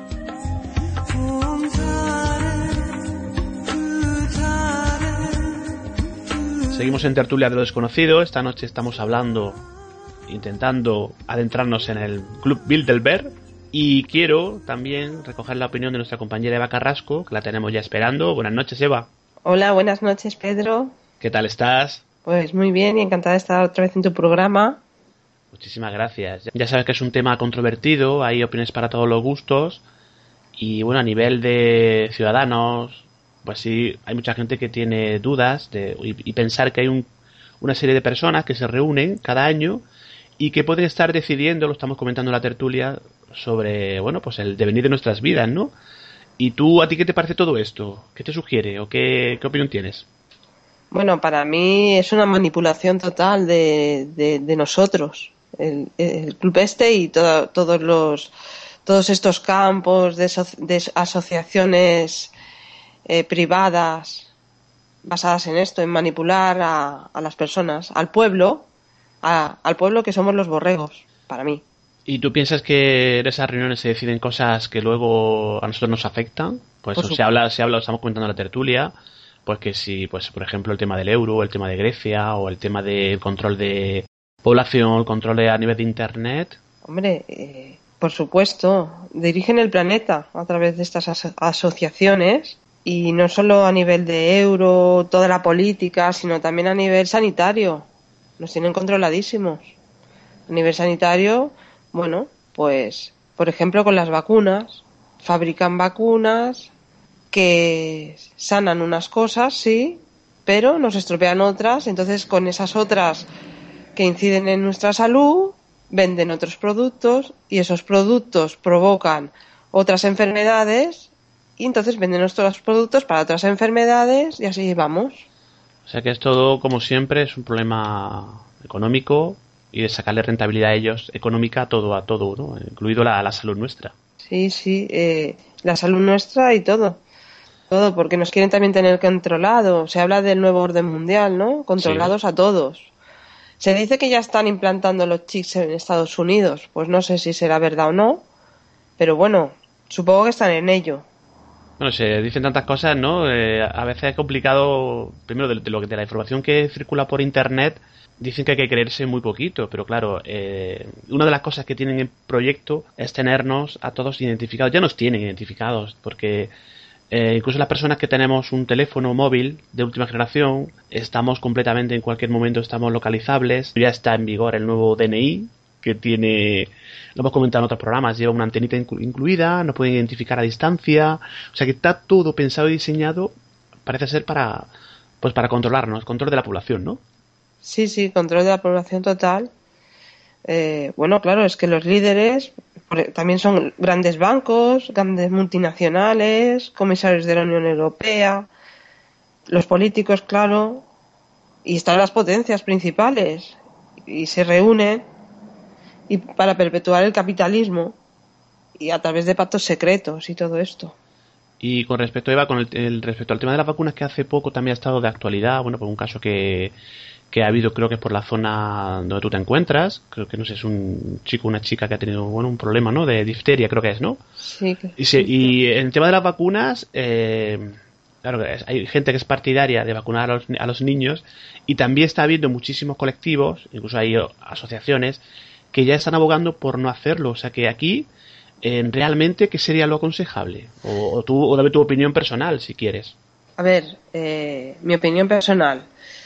Seguimos en Tertulia de lo Desconocido. Esta noche estamos hablando, intentando adentrarnos en el Club Bilderberg, y quiero también recoger la opinión de nuestra compañera Eva Carrasco, que la tenemos ya esperando. Buenas noches, Eva. Hola, buenas noches, Pedro. ¿Qué tal estás? Pues muy bien y encantada de estar otra vez en tu programa. Muchísimas gracias. Ya sabes que es un tema controvertido, hay opiniones para todos los gustos, y bueno, a nivel de ciudadanos, pues sí, hay mucha gente que tiene dudas de, y, y pensar que hay un, una serie de personas que se reúnen cada año y que pueden estar decidiendo, lo estamos comentando en la tertulia, sobre, bueno, pues el devenir de nuestras vidas, ¿no? ¿Y tú, a ti qué te parece todo esto? ¿Qué te sugiere o qué, qué opinión tienes? Bueno, para mí es una manipulación total de, de, de nosotros, el, el club este y todo, todos los todos estos campos de, so, de asociaciones eh, privadas basadas en esto, en manipular a, a las personas, al pueblo, a, al pueblo que somos los borregos, para mí. ¿Y tú piensas que en esas reuniones se deciden cosas que luego a nosotros nos afectan? Pues eso, se habla, se habla, estamos comentando en la tertulia, pues que si, pues por ejemplo, el tema del euro, el tema de Grecia, o el tema del control de población, el control de, a nivel de internet. Hombre, eh, por supuesto, dirigen el planeta a través de estas aso asociaciones, y no solo a nivel de euro, toda la política, sino también a nivel sanitario. Nos tienen controladísimos. A nivel sanitario, bueno, pues, por ejemplo, con las vacunas, fabrican vacunas que sanan unas cosas, sí, pero nos estropean otras. Entonces, con esas otras que inciden en nuestra salud, venden otros productos, y esos productos provocan otras enfermedades, y entonces venden nuestros productos para otras enfermedades, y así vamos. O sea que es todo, como siempre, es un problema económico y de sacarle rentabilidad a ellos, económica, a todo, a todo, ¿no? Incluido la, la salud nuestra. Sí, sí, eh, la salud nuestra y todo. Todo, porque nos quieren también tener controlado. Se habla del nuevo orden mundial, ¿no? Controlados sí. A todos. Se dice que ya están implantando los chips en Estados Unidos, pues no sé si será verdad o no, pero bueno, supongo que están en ello. Bueno, se dicen tantas cosas, ¿no? Eh, a veces es complicado, primero, de, de, lo, de la información que circula por Internet, dicen que hay que creerse muy poquito, pero claro, eh, una de las cosas que tienen en proyecto es tenernos a todos identificados. Ya nos tienen identificados, porque eh, incluso las personas que tenemos un teléfono móvil de última generación, estamos completamente, en cualquier momento estamos localizables. Ya está en vigor el nuevo D N I, que tiene, lo hemos comentado en otros programas, lleva una antenita inclu- incluida, nos pueden identificar a distancia, o sea que está todo pensado y diseñado, parece ser para, pues para controlarnos, control de la población, ¿no? Sí, sí, control de la población total. Eh, bueno, claro, es que los líderes también son grandes bancos, grandes multinacionales, comisarios de la Unión Europea, los políticos, claro, y están las potencias principales y se reúnen y para perpetuar el capitalismo y a través de pactos secretos y todo esto. Y con respecto, Eva, con el, el respecto al tema de las vacunas, que hace poco también ha estado de actualidad, bueno, por un caso que que ha habido, creo que es por la zona donde tú te encuentras, creo que no sé, es un chico o una chica que ha tenido, bueno, un problema, ¿no? De difteria, creo que es, ¿no? Sí. Que, y, se, sí, y en el tema de las vacunas, eh, claro, hay gente que es partidaria de vacunar a los, a los niños, y también está habiendo muchísimos colectivos, incluso hay asociaciones, que ya están abogando por no hacerlo. O sea que aquí, eh, realmente, ¿qué sería lo aconsejable? O, o tú, o dame tu opinión personal, si quieres. A ver, eh, mi opinión personal.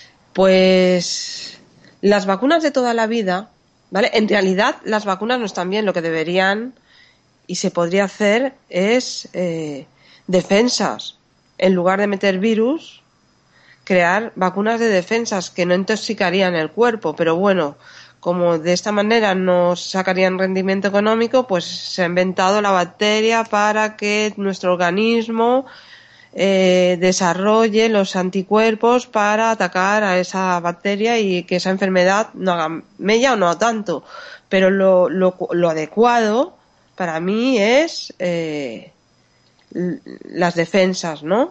Pues las vacunas de toda la vida, ¿vale? En realidad las vacunas no están bien, lo que deberían y se podría hacer es eh, defensas. En lugar de meter virus, crear vacunas de defensas que no intoxicarían el cuerpo, pero bueno, como de esta manera no sacarían rendimiento económico, pues se ha inventado la bacteria para que nuestro organismo Eh, desarrolle los anticuerpos para atacar a esa bacteria y que esa enfermedad no haga mella o no tanto. Pero lo, lo, lo adecuado para mí es eh, las defensas, ¿no?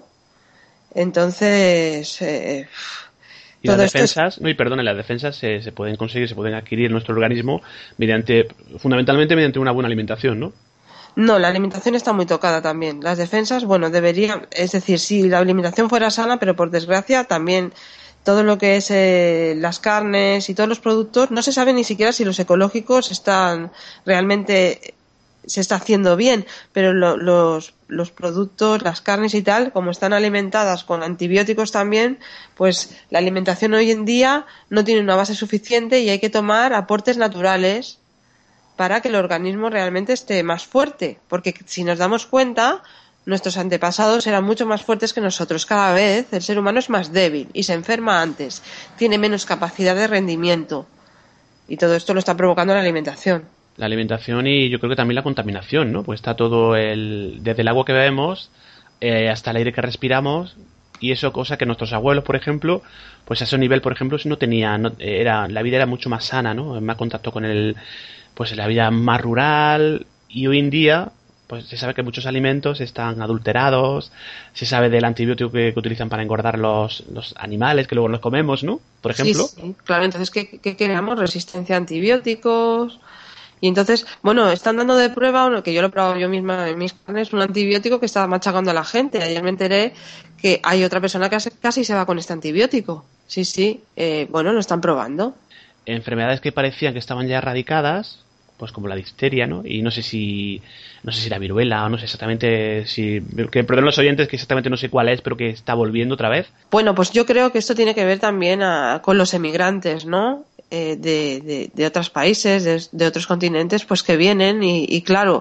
Entonces, eh, y las defensas, es... no, y perdone, las defensas se, se pueden conseguir, se pueden adquirir en nuestro organismo mediante, fundamentalmente mediante una buena alimentación, ¿no? No, la alimentación está muy tocada también. Las defensas, bueno, deberían, es decir, si la alimentación fuera sana, pero por desgracia también todo lo que es eh, las carnes y todos los productos, no se sabe ni siquiera si los ecológicos están realmente, se está haciendo bien, pero lo, los, los productos, las carnes y tal, como están alimentadas con antibióticos también, pues la alimentación hoy en día no tiene una base suficiente y hay que tomar aportes naturales para que el organismo realmente esté más fuerte, porque si nos damos cuenta, nuestros antepasados eran mucho más fuertes que nosotros. Cada vez el ser humano es más débil y se enferma antes, tiene menos capacidad de rendimiento, y todo esto lo está provocando la alimentación. La alimentación y yo creo que también la contaminación, ¿no? Pues está todo el, desde el agua que bebemos eh, hasta el aire que respiramos, y eso, cosa que nuestros abuelos, por ejemplo, pues a ese nivel, por ejemplo, si no tenía, no, era, la vida era mucho más sana, ¿no? Más contacto con el, pues la vida más rural, y hoy en día, pues se sabe que muchos alimentos están adulterados, se sabe del antibiótico que, que utilizan para engordar los, los animales que luego nos comemos, ¿no? Por ejemplo. Sí, sí, claro, entonces, ¿qué, qué creamos? Resistencia a antibióticos. Y entonces, bueno, están dando de prueba, que yo lo he probado yo misma en mis carnes, un antibiótico que está machacando a la gente. Ayer me enteré que hay otra persona que casi se va con este antibiótico. Sí, sí, eh, bueno, lo están probando. Enfermedades que parecían que estaban ya erradicadas, pues como la difteria, ¿no? Y no sé si no sé si la viruela, o no sé exactamente si, que perdón los oyentes, que exactamente no sé cuál es, pero que está volviendo otra vez. Bueno, pues yo creo que esto tiene que ver también a, con los emigrantes, ¿no? Eh, de, de, de otros países, de, de otros continentes, pues que vienen y, y claro,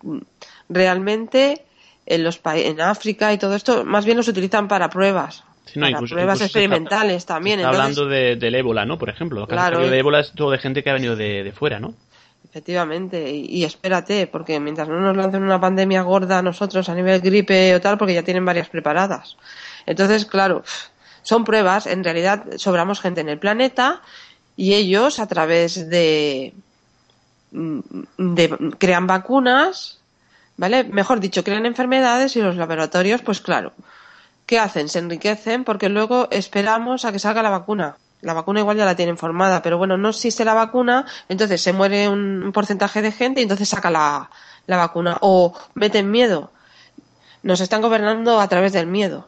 realmente en los pa- en África y todo esto, más bien los utilizan para pruebas. Sí, no, para incluso, pruebas incluso experimentales está, también. Está entonces, hablando de, del ébola, ¿no? Por ejemplo, lo que claro, ha de ébola es todo de gente que ha venido de, de fuera, ¿no? Efectivamente, y, y espérate, porque mientras no nos lancen una pandemia gorda a nosotros a nivel gripe o tal, porque ya tienen varias preparadas. Entonces, claro, son pruebas, en realidad sobramos gente en el planeta y ellos a través de, de crean vacunas, ¿vale? Mejor dicho, crean enfermedades y los laboratorios, pues claro, ¿qué hacen? Se enriquecen porque luego esperamos a que salga la vacuna. La vacuna igual ya la tienen formada, pero bueno, no existe la vacuna, entonces se muere un, un porcentaje de gente y entonces saca la, la vacuna. O meten miedo. Nos están gobernando a través del miedo.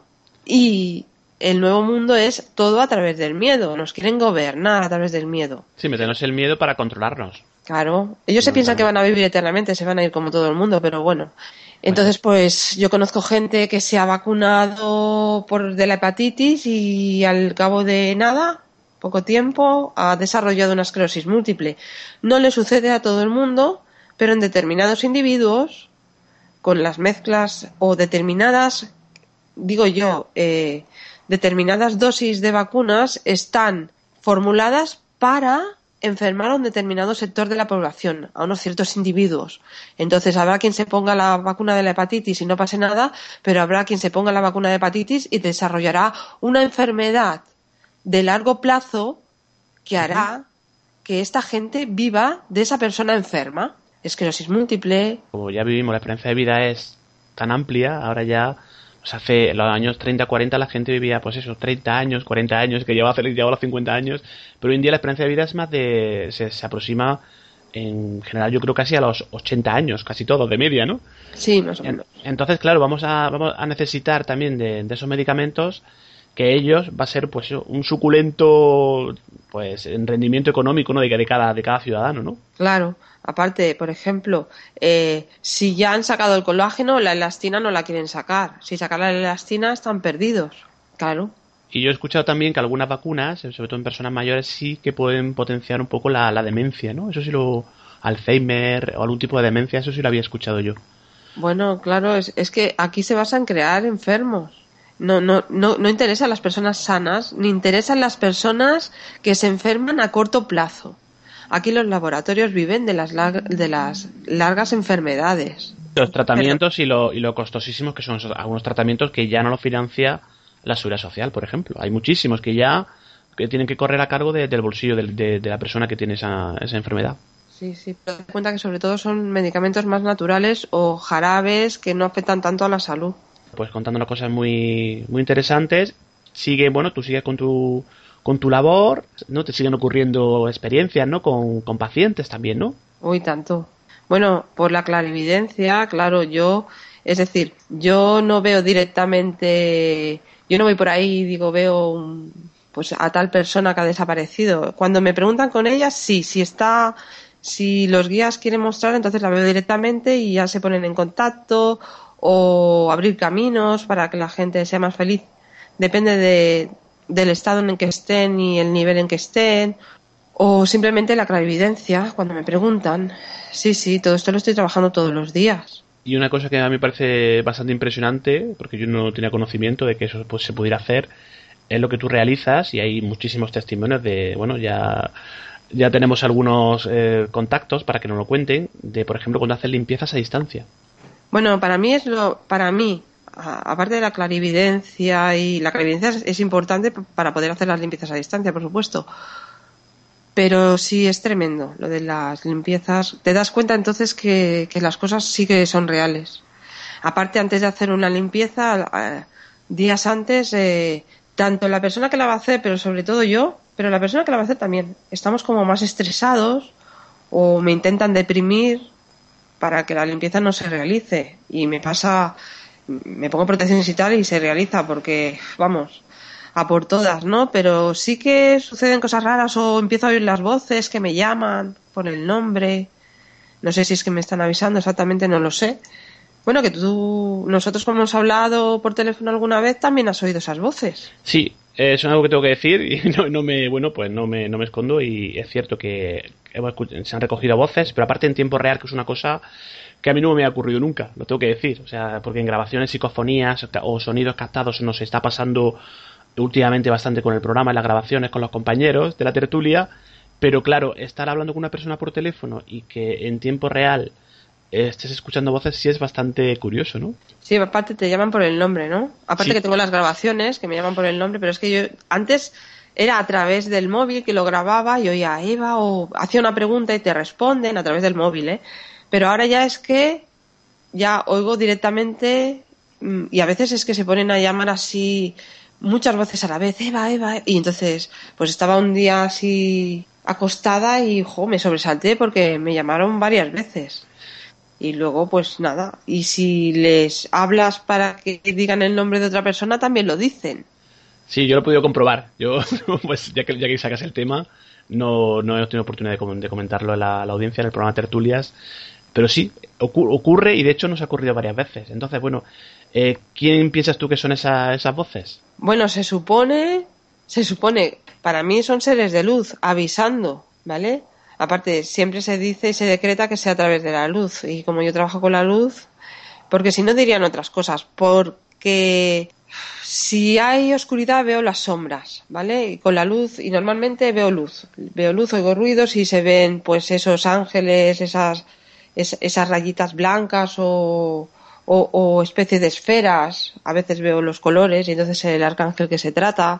Y el nuevo mundo es todo a través del miedo. Nos quieren gobernar a través del miedo. Sí, meternos el miedo para controlarnos. Claro. Ellos se No, piensan no. que van a vivir eternamente, se van a ir como todo el mundo, pero bueno. Entonces, pues yo conozco gente que se ha vacunado por de la hepatitis y al cabo de nada, poco tiempo, ha desarrollado una esclerosis múltiple. No le sucede a todo el mundo, pero en determinados individuos, con las mezclas o determinadas, digo yo, eh, determinadas dosis de vacunas están formuladas para enfermar a un determinado sector de la población, a unos ciertos individuos. Entonces habrá quien se ponga la vacuna de la hepatitis y no pase nada, pero habrá quien se ponga la vacuna de hepatitis y desarrollará una enfermedad de largo plazo que hará que esta gente viva de esa persona enferma. Esclerosis múltiple. Como ya vivimos, la esperanza de vida es tan amplia, ahora ya, pues hace en los años treinta, cuarenta la gente vivía, pues eso, treinta años, cuarenta años, que lleva a llegado a los cincuenta años, pero hoy en día la esperanza de vida es más de, se, se aproxima en general yo creo casi a los ochenta años, casi todo, de media, ¿no? Sí, más o menos. Entonces, claro, vamos a, vamos a necesitar también de, de esos medicamentos que ellos va a ser pues un suculento pues en rendimiento económico, ¿no? de, de cada de cada ciudadano, ¿no? Claro. Aparte, por ejemplo, eh, si ya han sacado el colágeno, la elastina no la quieren sacar. Si sacan la elastina están perdidos. Claro. Y yo he escuchado también que algunas vacunas, sobre todo en personas mayores, sí que pueden potenciar un poco la, la demencia, ¿no? Eso sí lo... Alzheimer o algún tipo de demencia, eso sí lo había escuchado yo. Bueno, claro, es, es que aquí se basa en crear enfermos. No, no, no, no interesan las personas sanas, ni interesan las personas que se enferman a corto plazo. Aquí los laboratorios viven de las, lar- de las largas enfermedades. Los tratamientos y lo, y lo costosísimos que son esos- algunos tratamientos que ya no lo financia la seguridad social, por ejemplo. Hay muchísimos que ya que tienen que correr a cargo de- del bolsillo de, de- de la persona que tiene esa, esa enfermedad. Sí, sí, pero ten en cuenta que sobre todo son medicamentos más naturales o jarabes que no afectan tanto a la salud. Pues contándonos cosas muy, muy interesantes. Sigue, bueno, tú sigues con tu con tu labor, ¿no? Te siguen ocurriendo experiencias, ¿no? Con, con pacientes también, ¿no? Uy, tanto. Bueno, por la clarividencia, claro, yo, es decir, yo no veo directamente, yo no voy por ahí y digo, veo un, pues a tal persona que ha desaparecido. Cuando me preguntan con ella, sí, si está, si los guías quieren mostrar, entonces la veo directamente y ya se ponen en contacto o abrir caminos para que la gente sea más feliz. Depende de, del estado en el que estén y el nivel en que estén. O simplemente la clarividencia, cuando me preguntan. Sí, sí, todo esto lo estoy trabajando todos los días. Y una cosa que a mí me parece bastante impresionante, porque yo no tenía conocimiento de que eso pues, se pudiera hacer, es lo que tú realizas, y hay muchísimos testimonios de, bueno, ya, ya tenemos algunos eh, contactos para que nos lo cuenten, de por ejemplo cuando haces limpiezas a distancia. Bueno, para mí es lo, para mí, a- aparte de la clarividencia, y la clarividencia es, es importante p- para poder hacer las limpiezas a distancia, por supuesto. Pero sí es tremendo lo de las limpiezas. Te das cuenta entonces que, que las cosas sí que son reales. Aparte, antes de hacer una limpieza, eh, días antes, eh, tanto la persona que la va a hacer, pero sobre todo yo, pero la persona que la va a hacer también, estamos como más estresados o me intentan deprimir para que la limpieza no se realice. Y me pasa, me pongo protecciones y tal y se realiza porque, vamos, a por todas, ¿no? Pero sí que suceden cosas raras o empiezo a oír las voces que me llaman por el nombre. No sé si es que me están avisando, exactamente no lo sé. Bueno, que tú, nosotros como hemos hablado por teléfono alguna vez, también has oído esas voces. Sí, es algo que tengo que decir y no, no me, bueno, pues no me, no me escondo, y es cierto que hemos escuch- se han recogido voces, pero aparte en tiempo real, que es una cosa que a mí no me ha ocurrido nunca, lo tengo que decir, o sea, porque en grabaciones, psicofonías o sonidos captados nos está pasando últimamente bastante con el programa, en las grabaciones con los compañeros de la tertulia, pero claro, estar hablando con una persona por teléfono y que en tiempo real estés escuchando voces sí es bastante curioso, ¿no? Sí, aparte te llaman por el nombre, ¿no? Aparte Sí. que tengo las grabaciones que me llaman por el nombre, pero es que yo antes era a través del móvil que lo grababa y oía a Eva o hacía una pregunta y te responden a través del móvil, ¿eh? Pero ahora ya es que ya oigo directamente mm, y a veces es que se ponen a llamar así muchas voces a la vez, Eva, Eva, y entonces pues estaba un día así acostada y jo, me sobresalté porque me llamaron varias veces. Y luego, pues nada, y si les hablas para que digan el nombre de otra persona, también lo dicen. Sí, yo lo he podido comprobar. Yo, pues ya que, ya que sacas el tema, no, no he tenido oportunidad de, de comentarlo en la, la audiencia, en el programa Tertulias, pero sí, ocurre, ocurre y de hecho nos ha ocurrido varias veces. Entonces, bueno, eh, ¿quién piensas tú que son esa, esas voces? Bueno, se supone, se supone, para mí son seres de luz, avisando, ¿vale? Aparte, siempre se dice y se decreta que sea a través de la luz. Y como yo trabajo con la luz, porque si no dirían otras cosas. Porque si hay oscuridad veo las sombras, ¿vale? Y con la luz, y normalmente veo luz. Veo luz, oigo ruidos y se ven pues esos ángeles, esas, es, esas rayitas blancas o, o, o especie de esferas. A veces veo los colores y entonces el arcángel que se trata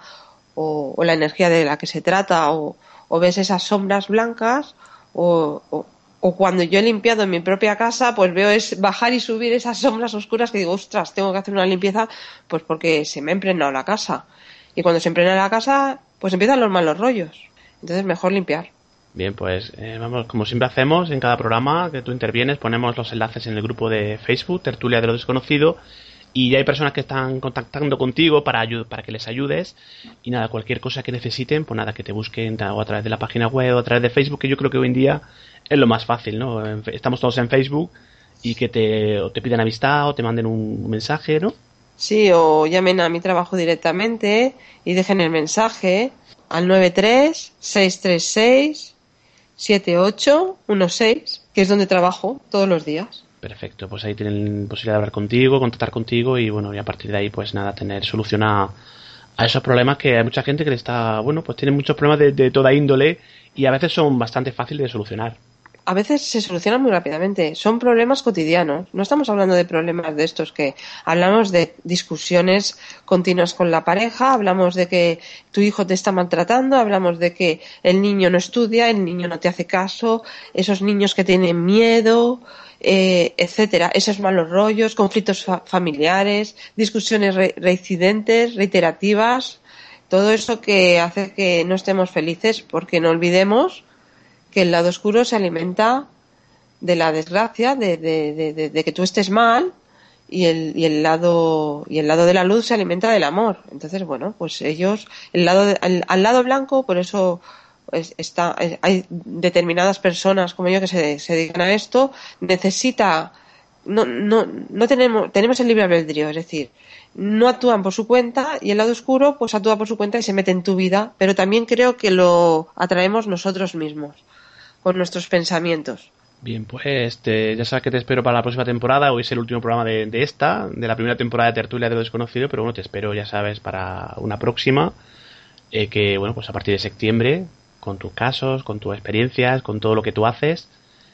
o, o la energía de la que se trata o... o ves esas sombras blancas o, o, o cuando yo he limpiado en mi propia casa pues veo es bajar y subir esas sombras oscuras que digo, ostras, tengo que hacer una limpieza pues porque se me ha impregnado la casa y cuando se impregna la casa pues empiezan los malos rollos, entonces mejor limpiar. Bien, pues eh, vamos, como siempre hacemos en cada programa que tú intervienes, ponemos los enlaces en el grupo de Facebook Tertulia de lo Desconocido. Y ya hay personas que están contactando contigo para para que les ayudes. Y nada, cualquier cosa que necesiten, pues nada, que te busquen o a través de la página web o a través de Facebook, que yo creo que hoy en día es lo más fácil, ¿no? Estamos todos en Facebook y que te, o te piden amistad o te manden un mensaje, ¿no? Sí, o llamen a mi trabajo directamente y dejen el mensaje al nueve tres seis tres seis siete ocho uno seis, que es donde trabajo todos los días. Perfecto, pues ahí tienen posibilidad de hablar contigo, contactar contigo y bueno, y a partir de ahí pues nada, tener solución a, a esos problemas que hay mucha gente que le está, bueno, pues tiene muchos problemas de, de toda índole y a veces son bastante fáciles de solucionar. A veces se solucionan muy rápidamente, son problemas cotidianos, no estamos hablando de problemas de estos que hablamos de discusiones continuas con la pareja, hablamos de que tu hijo te está maltratando, hablamos de que el niño no estudia, el niño no te hace caso, esos niños que tienen miedo, eh, etcétera, esos malos rollos, conflictos fa- familiares, discusiones re- reincidentes, reiterativas, todo eso que hace que no estemos felices, porque no olvidemos que el lado oscuro se alimenta de la desgracia, de, de, de, de, de que tú estés mal, y el, y el lado y el lado de la luz se alimenta del amor. Entonces, bueno, pues ellos, el lado de, al, al lado blanco, por eso es, está, es, hay determinadas personas como yo que se, se dedican a esto, necesita, no, no, no tenemos, tenemos el libre albedrío, es decir, no actúan por su cuenta y el lado oscuro pues actúa por su cuenta y se mete en tu vida, pero también creo que lo atraemos nosotros mismos con nuestros pensamientos. Bien, pues te, ya sabes que te espero para la próxima temporada. Hoy es el último programa de, de esta, de la primera temporada de Tertulia de lo Desconocido, pero bueno, te espero, ya sabes, para una próxima, eh, que bueno, pues a partir de septiembre, con tus casos, con tus experiencias, con todo lo que tú haces,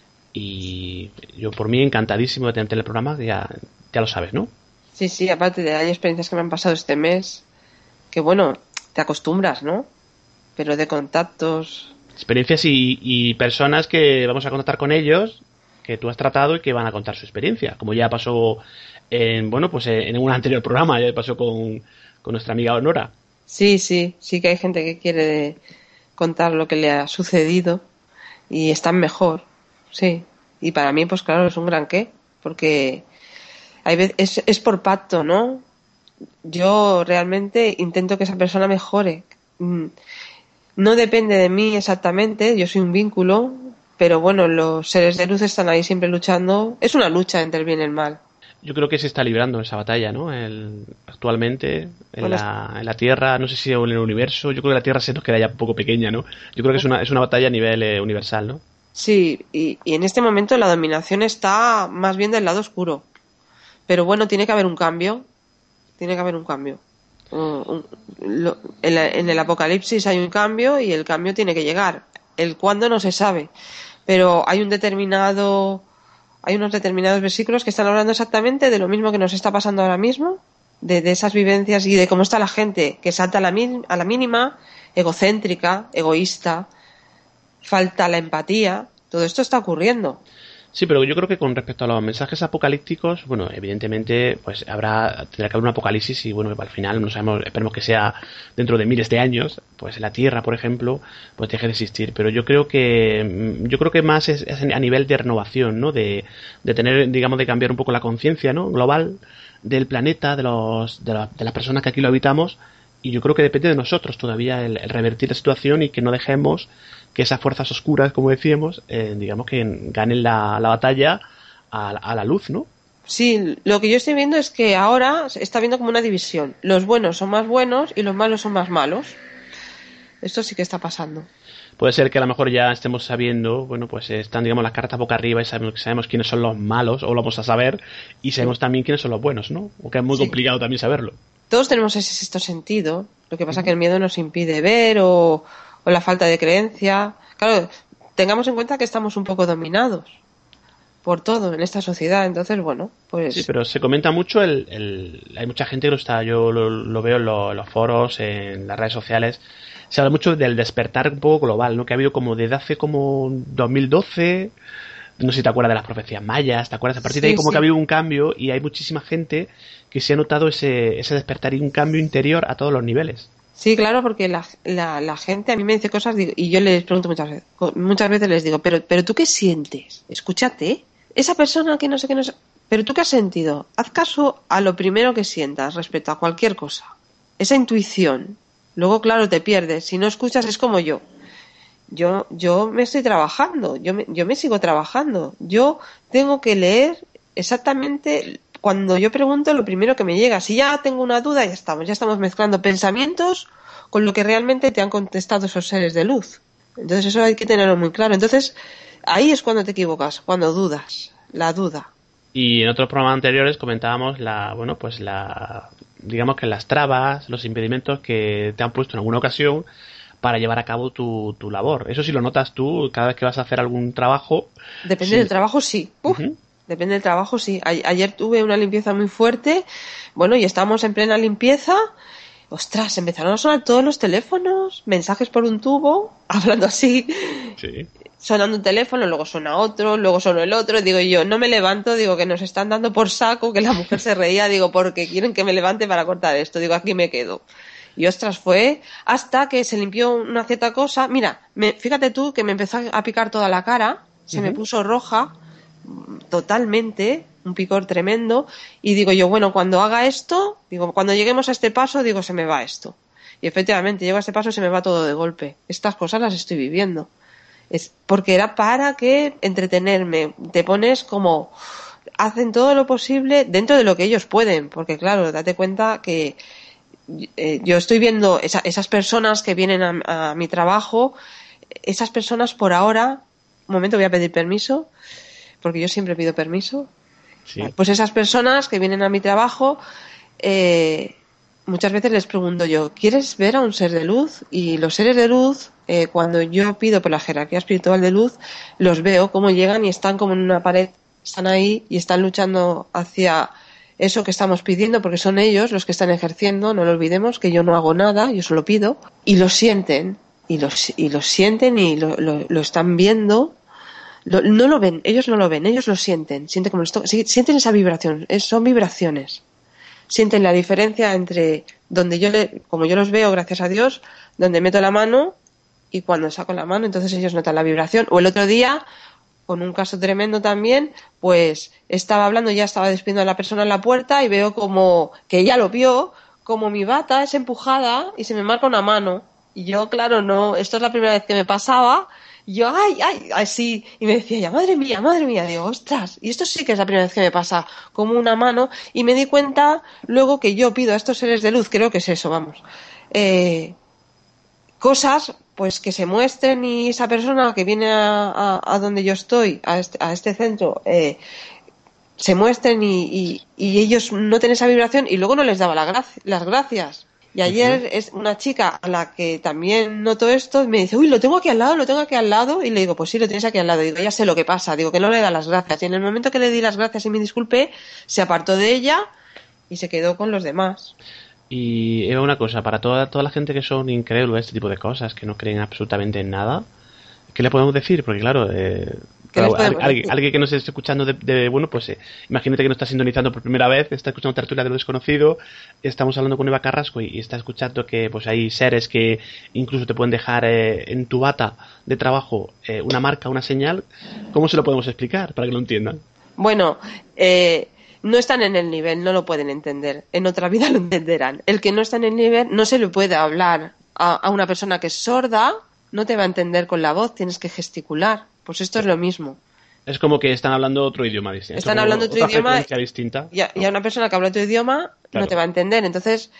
y yo por mí encantadísimo de tenerte en el programa, ya, ya lo sabes, ¿no? Sí, sí, aparte de hay experiencias que me han pasado este mes, que bueno, te acostumbras, ¿no? Pero de contactos... Experiencias y, y personas que vamos a contactar con ellos, que tú has tratado y que van a contar su experiencia, como ya pasó en, bueno, pues en un anterior programa, ya pasó con, con nuestra amiga Honora. Sí, sí, sí que hay gente que quiere contar lo que le ha sucedido y están mejor, sí. Y para mí, pues claro, es un gran qué, porque hay veces, es, es por pacto, ¿no? Yo realmente intento que esa persona mejore. No depende de mí exactamente, yo soy un vínculo, pero bueno, los seres de luz están ahí siempre luchando. Es una lucha entre el bien y el mal. Yo creo que se está librando esa batalla, ¿no? El, actualmente, en, Bueno, la, en la Tierra, no sé si en el universo, yo creo que la Tierra se nos queda ya un poco pequeña, ¿no? Yo creo que es una, es una batalla a nivel eh, universal, ¿no? Sí, y, y en este momento la dominación está más bien del lado oscuro. Pero bueno, tiene que haber un cambio. Tiene que haber un cambio. Un, un, lo, en, la, en el apocalipsis hay un cambio y el cambio tiene que llegar. El cuándo no se sabe. Pero hay un determinado... Hay unos determinados versículos que están hablando exactamente de lo mismo que nos está pasando ahora mismo, de, de esas vivencias y de cómo está la gente que salta a la, a la mínima, egocéntrica, egoísta, falta la empatía. Todo esto está ocurriendo. Sí, pero yo creo que con respecto a los mensajes apocalípticos, bueno, evidentemente, pues habrá, tendrá que haber un apocalipsis y bueno, al final no sabemos, esperemos que sea dentro de miles de años, pues la Tierra, por ejemplo, pues deje de existir. Pero yo creo que, yo creo que más es, es a nivel de renovación, ¿no? De, de tener, digamos, de cambiar un poco la conciencia, ¿no? Global del planeta, de los, de, la, de las personas que aquí lo habitamos. Y yo creo que depende de nosotros todavía el, el revertir la situación y que no dejemos que esas fuerzas oscuras, como decíamos, eh, digamos que ganen la, la batalla a, a la luz, ¿no? Sí, lo que yo estoy viendo es que ahora se está viendo como una división. Los buenos son más buenos y los malos son más malos. Esto sí que está pasando. Puede ser que a lo mejor ya estemos sabiendo, bueno, pues están, digamos, las cartas boca arriba y sabemos, sabemos quiénes son los malos, o lo vamos a saber, y sabemos sí. también quiénes son los buenos, ¿no? Aunque es muy sí. complicado también saberlo. Todos tenemos ese sexto sentido, lo que pasa es que el miedo nos impide ver o, o la falta de creencia. Claro, tengamos en cuenta que estamos un poco dominados por todo en esta sociedad, entonces bueno, pues... Sí, pero se comenta mucho, el, el hay mucha gente que lo está, yo lo, lo veo en, lo, en los foros, en las redes sociales, se habla mucho del despertar un poco global, ¿no? Que ha habido como desde hace como dos mil doce... No sé si te acuerdas de las profecías mayas, ¿te acuerdas? A partir sí, de ahí como sí. que ha habido un cambio y hay muchísima gente que se ha notado ese, ese despertar y un cambio interior a todos los niveles. Sí, claro, porque la, la, la gente a mí me dice cosas digo, y yo les pregunto muchas veces, muchas veces les digo, pero, pero ¿tú qué sientes? Escúchate, esa persona que no sé qué no sé, pero ¿tú qué has sentido? Haz caso a lo primero que sientas respecto a cualquier cosa, esa intuición. Luego, claro, te pierdes, si no escuchas es como yo. Yo, yo me estoy trabajando, yo me, yo me sigo trabajando. Yo tengo que leer exactamente cuando yo pregunto lo primero que me llega. Si ya tengo una duda, ya estamos, ya estamos mezclando pensamientos con lo que realmente te han contestado esos seres de luz. Entonces eso hay que tenerlo muy claro. Entonces ahí es cuando te equivocas, cuando dudas, la duda. Y en otros programas anteriores comentábamos la, bueno, pues la, digamos que las trabas, los impedimentos que te han puesto en alguna ocasión para llevar a cabo tu, tu labor. Eso sí lo notas tú cada vez que vas a hacer algún trabajo. Depende sí. del trabajo, sí. Uf, uh-huh. Depende del trabajo, sí. A- ayer tuve una limpieza muy fuerte, bueno, y estábamos en plena limpieza. Ostras, empezaron a sonar todos los teléfonos, mensajes por un tubo, hablando así. Sí. Sonando un teléfono, luego suena otro, luego sonó el otro. Digo yo, no me levanto, digo que nos están dando por saco, que la mujer se reía, digo, porque quieren que me levante para cortar esto. Digo, aquí me quedo. Y ostras, fue hasta que se limpió una cierta cosa. Mira, me, fíjate tú que me empezó a picar toda la cara, se uh-huh. me puso roja, totalmente, un picor tremendo. Y digo yo, bueno, cuando haga esto, digo, cuando lleguemos a este paso, digo, se me va esto. Y efectivamente, llego a este paso y se me va todo de golpe. Estas cosas las estoy viviendo. Es porque era para que entretenerme. Te pones como... Hacen todo lo posible dentro de lo que ellos pueden. Porque claro, date cuenta que... Eh, yo estoy viendo esa, esas personas que vienen a, a mi trabajo, esas personas por ahora, un momento voy a pedir permiso, porque yo siempre pido permiso, sí. Pues esas personas que vienen a mi trabajo, eh, muchas veces les pregunto yo, ¿quieres ver a un ser de luz? Y los seres de luz, eh, cuando yo pido por la jerarquía espiritual de luz, los veo cómo llegan y están como en una pared, están ahí y están luchando hacia... eso que estamos pidiendo, porque son ellos los que están ejerciendo, no lo olvidemos, que yo no hago nada, yo solo pido, y lo sienten, y lo, y lo sienten y lo, lo, lo están viendo, lo, no lo ven, ellos no lo ven, ellos lo sienten, sienten, como esto, sienten esa vibración, es, son vibraciones, sienten la diferencia entre donde yo, le, como yo los veo, gracias a Dios, donde meto la mano y cuando saco la mano, entonces ellos notan la vibración, o el otro día... con un caso tremendo también, pues estaba hablando, ya estaba despidiendo a la persona en la puerta y veo como, que ella lo vio, como mi bata es empujada y se me marca una mano. Y yo, claro, no, esto es la primera vez que me pasaba, y yo, ay, ay, así, y me decía, ya, madre mía, madre mía, digo, ostras, y esto sí que es la primera vez que me pasa, como una mano, y me di cuenta luego que yo pido a estos seres de luz, creo que es eso, vamos, eh, cosas... pues que se muestren y esa persona que viene a, a, a donde yo estoy, a este, a este centro, eh, se muestren y, y, y ellos noten esa vibración y luego no les daba la gracia, las gracias. Y ayer uh-huh. es una chica a la que también noto esto y me dice, uy, lo tengo aquí al lado, lo tengo aquí al lado. Y le digo, pues sí, lo tienes aquí al lado. Y digo, ya sé lo que pasa. Digo, que no le da las gracias. Y en el momento que le di las gracias y me disculpé, se apartó de ella y se quedó con los demás. Y es una cosa, para toda, toda la gente que son incrédulos a este tipo de cosas, que no creen absolutamente en nada, ¿qué le podemos decir? Porque claro, eh, Claro, alguien, alguien que nos esté escuchando de, de bueno, pues eh, imagínate que nos está sintonizando por primera vez, está escuchando Tertulia de lo Desconocido, estamos hablando con Eva Carrasco y, y está escuchando que pues hay seres que incluso te pueden dejar eh, en tu bata de trabajo eh, una marca, una señal. ¿Cómo se lo podemos explicar para que lo entiendan? Bueno, eh, no están en el nivel, no lo pueden entender. En otra vida lo entenderán. El que no está en el nivel no se le puede hablar a, a una persona que es sorda, no te va a entender con la voz, tienes que gesticular. Pues esto es lo mismo. Es como que están hablando otro idioma distinto. Están hablando otro idioma distinta. Y, a, y a una persona que habla otro idioma claro. no te va a entender. Entonces,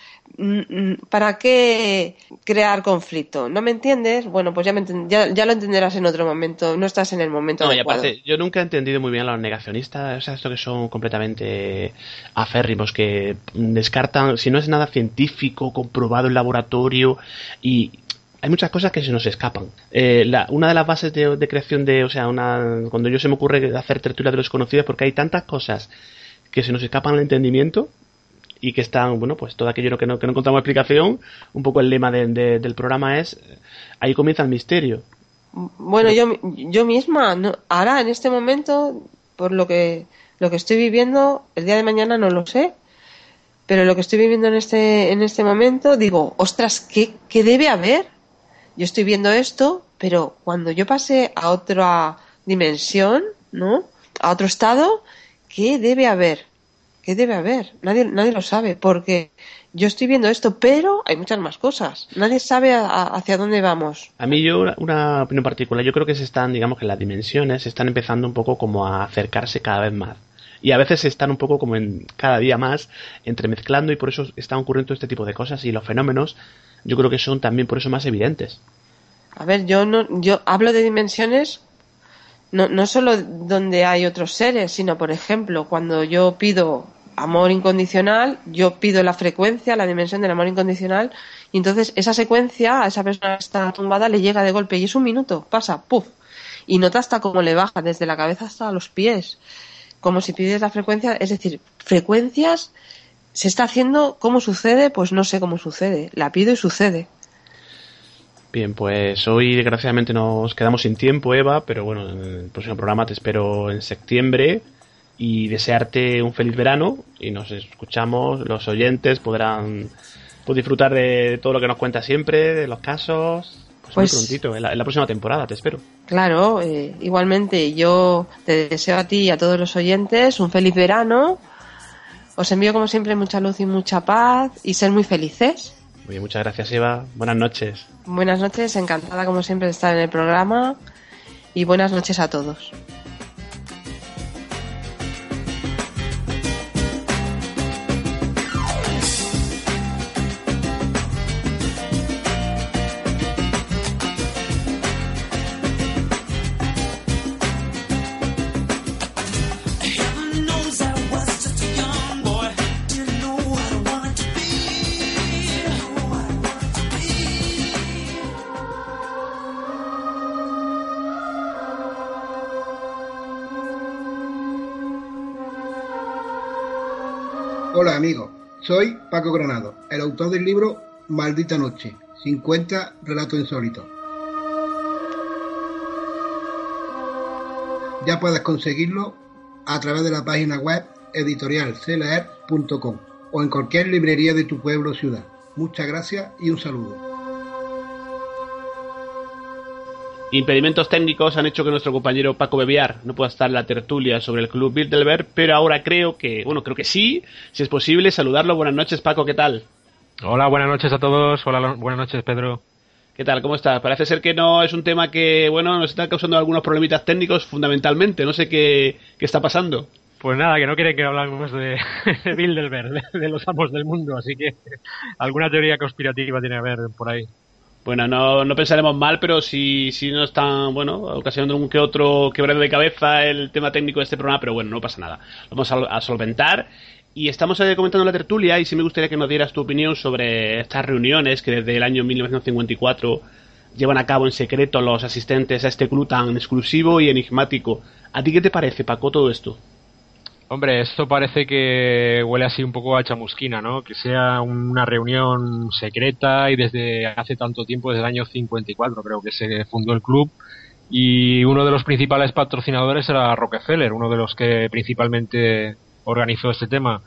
¿para qué crear conflicto? ¿No me entiendes? Bueno, pues ya, me ent- ya, ya lo entenderás en otro momento. No estás en el momento no, adecuado. Y aparte, yo nunca he entendido muy bien a los negacionistas. O sea, estos que son completamente aférrimos, que descartan, si no es nada científico, comprobado en laboratorio y... Hay muchas cosas que se nos escapan. Eh, la, una de las bases de, de creación de, o sea, una, cuando yo se me ocurre hacer tertulia de los desconocidos, porque hay tantas cosas que se nos escapan al entendimiento y que están, bueno, pues todo aquello que no, que no encontramos explicación. Un poco el lema de, de, del programa es, ahí comienza el misterio. Bueno, Pero, yo, yo misma, no, ahora en este momento, por lo que, lo que estoy viviendo, el día de mañana no lo sé. Pero lo que estoy viviendo en este, en este momento, digo, ostras, ¿qué, qué debe haber? Yo estoy viendo esto, pero cuando yo pase a otra dimensión, ¿no? A otro estado, ¿qué debe haber? ¿Qué debe haber? Nadie, nadie lo sabe, porque yo estoy viendo esto, pero hay muchas más cosas. Nadie sabe a, a, hacia dónde vamos. A mí yo, una opinión particular, yo creo que se están, digamos que las dimensiones se están empezando un poco como a acercarse cada vez más. Y a veces se están un poco como en cada día más entremezclando y por eso están ocurriendo este tipo de cosas y los fenómenos yo creo que son también por eso más evidentes. A ver, yo no, yo hablo de dimensiones no, no solo donde hay otros seres, sino por ejemplo cuando yo pido amor incondicional, yo pido la frecuencia, la dimensión del amor incondicional y entonces esa secuencia a esa persona que está tumbada le llega de golpe y es un minuto, pasa, puf, y nota hasta cómo le baja desde la cabeza hasta los pies, como si pides la frecuencia, es decir, frecuencias. ¿Se está haciendo? ¿Cómo sucede? Pues no sé cómo sucede. La pido y sucede. Bien, pues hoy desgraciadamente nos quedamos sin tiempo, Eva, pero bueno, en el próximo programa te espero en septiembre y desearte un feliz verano y nos escuchamos, los oyentes podrán pues, disfrutar de todo lo que nos cuenta siempre, de los casos, pues, pues muy prontito, en la, en la próxima temporada, te espero. Claro, eh, igualmente yo te deseo a ti y a todos los oyentes un feliz verano. Os envío como siempre mucha luz y mucha paz y ser muy felices. Muy bien, muchas gracias Eva, buenas noches. Buenas noches, encantada como siempre de estar en el programa y buenas noches a todos. Hola amigos, soy Paco Granado, el autor del libro Maldita Noche, cincuenta relatos insólitos. Ya puedes conseguirlo a través de la página web editorial c l e r punto com o en cualquier librería de tu pueblo o ciudad. Muchas gracias y un saludo. Impedimentos técnicos han hecho que nuestro compañero Paco Bebiar no pueda estar en la tertulia sobre el Club Bilderberg, pero ahora creo que, bueno, creo que sí, si es posible, saludarlo. Buenas noches, Paco, ¿qué tal? Hola, buenas noches a todos. Hola, buenas noches, Pedro. ¿Qué tal? ¿Cómo estás? Parece ser que no es un tema que, bueno, nos está causando algunos problemitas técnicos fundamentalmente. No sé qué, qué está pasando. Pues nada, que no quieren que hablamos de, de Bilderberg, de, de los amos del mundo, así que alguna teoría conspirativa tiene que haber por ahí. Bueno, no, no pensaremos mal, pero si, si no están, bueno, ocasionando un que otro quebrado de cabeza el tema técnico de este programa, pero bueno, no pasa nada. Lo vamos a, a solventar. Y estamos eh, comentando la tertulia y sí me gustaría que nos dieras tu opinión sobre estas reuniones que desde el año mil novecientos cincuenta y cuatro llevan a cabo en secreto los asistentes a este club tan exclusivo y enigmático. ¿A ti qué te parece, Paco, todo esto? Hombre, esto parece que huele así un poco a chamusquina, ¿no? Que sea una reunión secreta y desde hace tanto tiempo, desde el año cincuenta y cuatro creo que se fundó el club y uno de los principales patrocinadores era Rockefeller, uno de los que principalmente organizó este tema.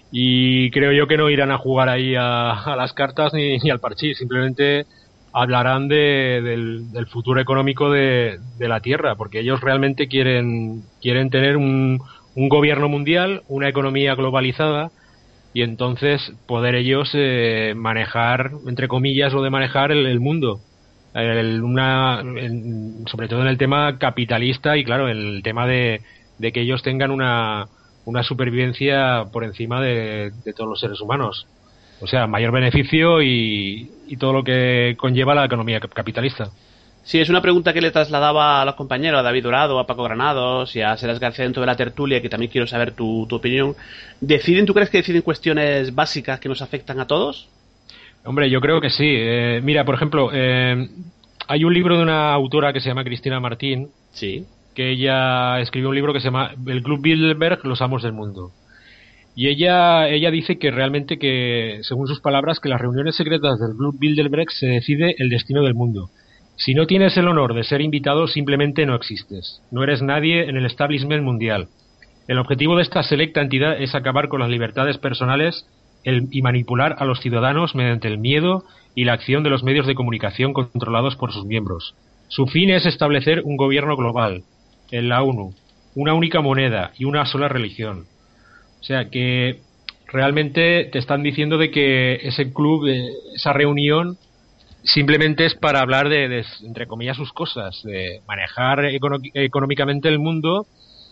Y creo yo que no irán a jugar ahí a, a las cartas ni, ni al parchís, simplemente hablarán de, del, del futuro económico de, de la Tierra, porque ellos realmente quieren, quieren tener un, un gobierno mundial, una economía globalizada, y entonces poder ellos eh, manejar, entre comillas, lo de manejar el, el mundo. El, una, en, sobre todo en el tema capitalista y, claro, el tema de, de que ellos tengan una, una supervivencia por encima de, de todos los seres humanos. O sea, mayor beneficio y, y todo lo que conlleva la economía capitalista. Sí, es una pregunta que le trasladaba a los compañeros, a David Dorado, a Paco Granados y a Seras García dentro de la tertulia, que también quiero saber tu, tu opinión. ¿Deciden, tú crees que deciden cuestiones básicas que nos afectan a todos? Hombre, yo creo que sí. Eh, mira, por ejemplo, eh, hay un libro de una autora que se llama Cristina Martín, sí, que ella escribió un libro que se llama El Club Bilderberg, los amos del mundo. Y ella ella dice que realmente que, según sus palabras, que las reuniones secretas del Club Bilderberg se decide el destino del mundo. Si no tienes el honor de ser invitado, simplemente no existes. No eres nadie en el establishment mundial. El objetivo de esta selecta entidad es acabar con las libertades personales el, y manipular a los ciudadanos mediante el miedo y la acción de los medios de comunicación controlados por sus miembros. Su fin es establecer un gobierno global, en la ONU, una única moneda y una sola religión. O sea que realmente te están diciendo de que ese club, esa reunión, simplemente es para hablar de, de entre comillas, sus cosas, de manejar econo- económicamente el mundo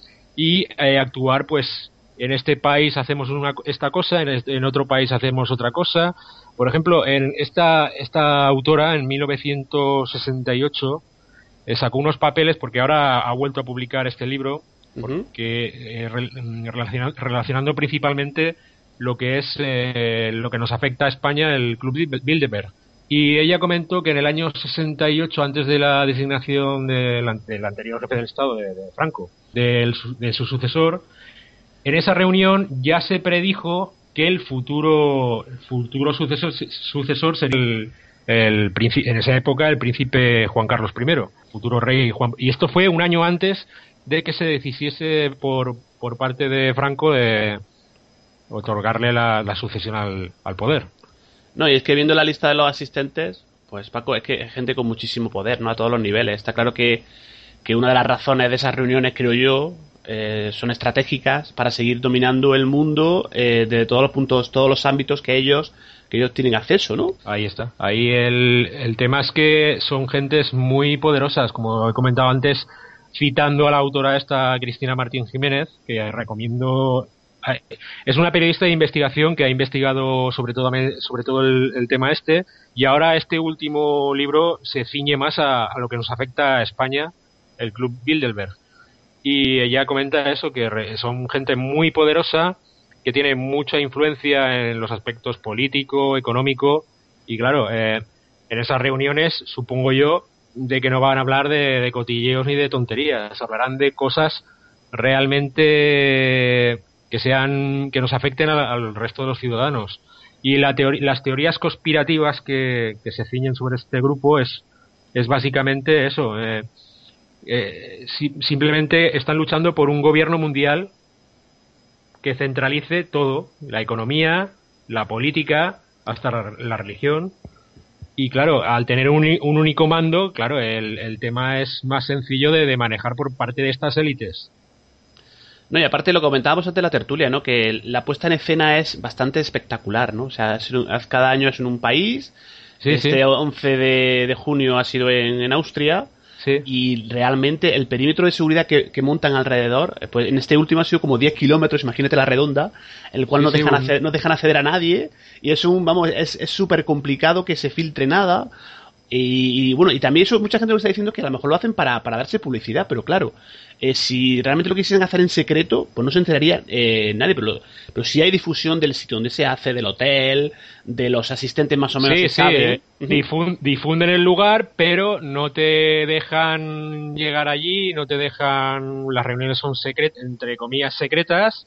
y eh, actuar, pues, en este país hacemos una, esta cosa, en, este, en otro país hacemos otra cosa. Por ejemplo, en esta, esta autora, en mil novecientos sesenta y ocho, eh, sacó unos papeles, porque ahora ha vuelto a publicar este libro, porque eh, relaciona, relacionando principalmente lo que es eh, lo que nos afecta a España, el Club Bilderberg. Y ella comentó que en el año sesenta y ocho, antes de la designación del, del anterior jefe del Estado, de, de Franco, del, de su sucesor, en esa reunión ya se predijo que el futuro futuro sucesor, sucesor sería el, el en esa época el príncipe Juan Carlos primero, futuro rey Juan. Y esto fue un año antes de que se decidiese por, por parte de Franco de otorgarle la, la sucesión al, al poder. No, y es que viendo la lista de los asistentes, pues Paco, es que es gente con muchísimo poder, ¿no? A todos los niveles. Está claro que, que una de las razones de esas reuniones, creo yo, eh, son estratégicas para seguir dominando el mundo eh, de todos los puntos, todos los ámbitos que ellos que ellos tienen acceso, ¿no? Ahí está. Ahí el, el tema es que son gentes muy poderosas, como he comentado antes, citando a la autora esta, Cristina Martín Jiménez, que recomiendo. Es una periodista de investigación que ha investigado sobre todo sobre todo el, el tema este, y ahora este último libro se ciñe más a, a lo que nos afecta a España, el Club Bilderberg. Y ella comenta eso, que re, son gente muy poderosa, que tiene mucha influencia en los aspectos político, económico, y claro, eh, en esas reuniones, supongo yo, de que no van a hablar de, de cotilleos ni de tonterías, hablarán de cosas realmente que sean que nos afecten al, al resto de los ciudadanos. Y la teori- las teorías conspirativas que, que se ciñen sobre este grupo es, es básicamente eso. Eh, eh, si, simplemente están luchando por un gobierno mundial que centralice todo, la economía, la política, hasta la, la religión. Y claro, al tener un, un único mando, claro, el, el tema es más sencillo de, de manejar por parte de estas élites. No, y aparte lo comentábamos antes de la tertulia, ¿no? Que la puesta en escena es bastante espectacular, ¿no? O sea, es un, cada año es en un país. Sí, este sí. once de, de junio ha sido en, en Austria. Sí. Y realmente el perímetro de seguridad que, que montan alrededor, pues en este último ha sido como diez kilómetros, imagínate la redonda, el cual sí, no, dejan sí, acceder, no dejan acceder a nadie. Y es un, vamos, es súper complicado que se filtre nada. Y, y bueno, y también eso mucha gente lo está diciendo que a lo mejor lo hacen para, para darse publicidad, pero claro, eh, si realmente lo quisieran hacer en secreto, pues no se enteraría eh, nadie, pero, lo, pero sí hay difusión del sitio donde se hace, del hotel, de los asistentes más o menos. Sí, se sí, sabe. Eh, difun, difunden el lugar, pero no te dejan llegar allí, no te dejan, las reuniones son secretas, entre comillas secretas.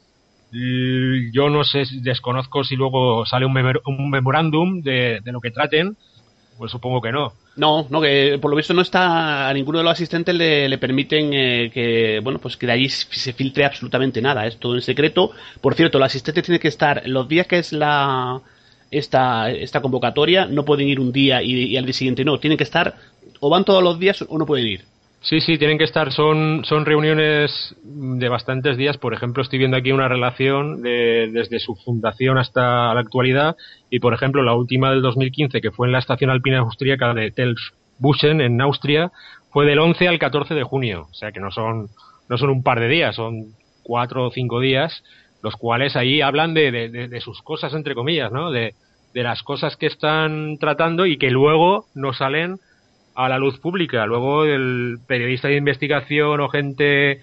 Yo no sé, desconozco si luego sale un, memor, un memorándum de, de lo que traten, Pues supongo que no. No, no, que por lo visto no está, a ninguno de los asistentes le, le permiten eh, que, bueno, pues que de allí se filtre absolutamente nada, es todo en secreto. Por cierto, los asistentes tienen que estar los días que es la esta esta convocatoria, no pueden ir un día y, y al día siguiente no, tienen que estar, o van todos los días o no pueden ir. Sí, sí, tienen que estar, son, son reuniones de bastantes días. Por ejemplo, estoy viendo aquí una relación de, desde su fundación hasta la actualidad, y por ejemplo la última del dos mil quince, que fue en la estación alpina austríaca de Telsbuschen en Austria, fue del once al catorce de junio, o sea que no son, no son un par de días, son cuatro o cinco días, los cuales ahí hablan de, de, de, de sus cosas, entre comillas, ¿no? De, de las cosas que están tratando y que luego no salen a la luz pública. Luego el periodista de investigación o gente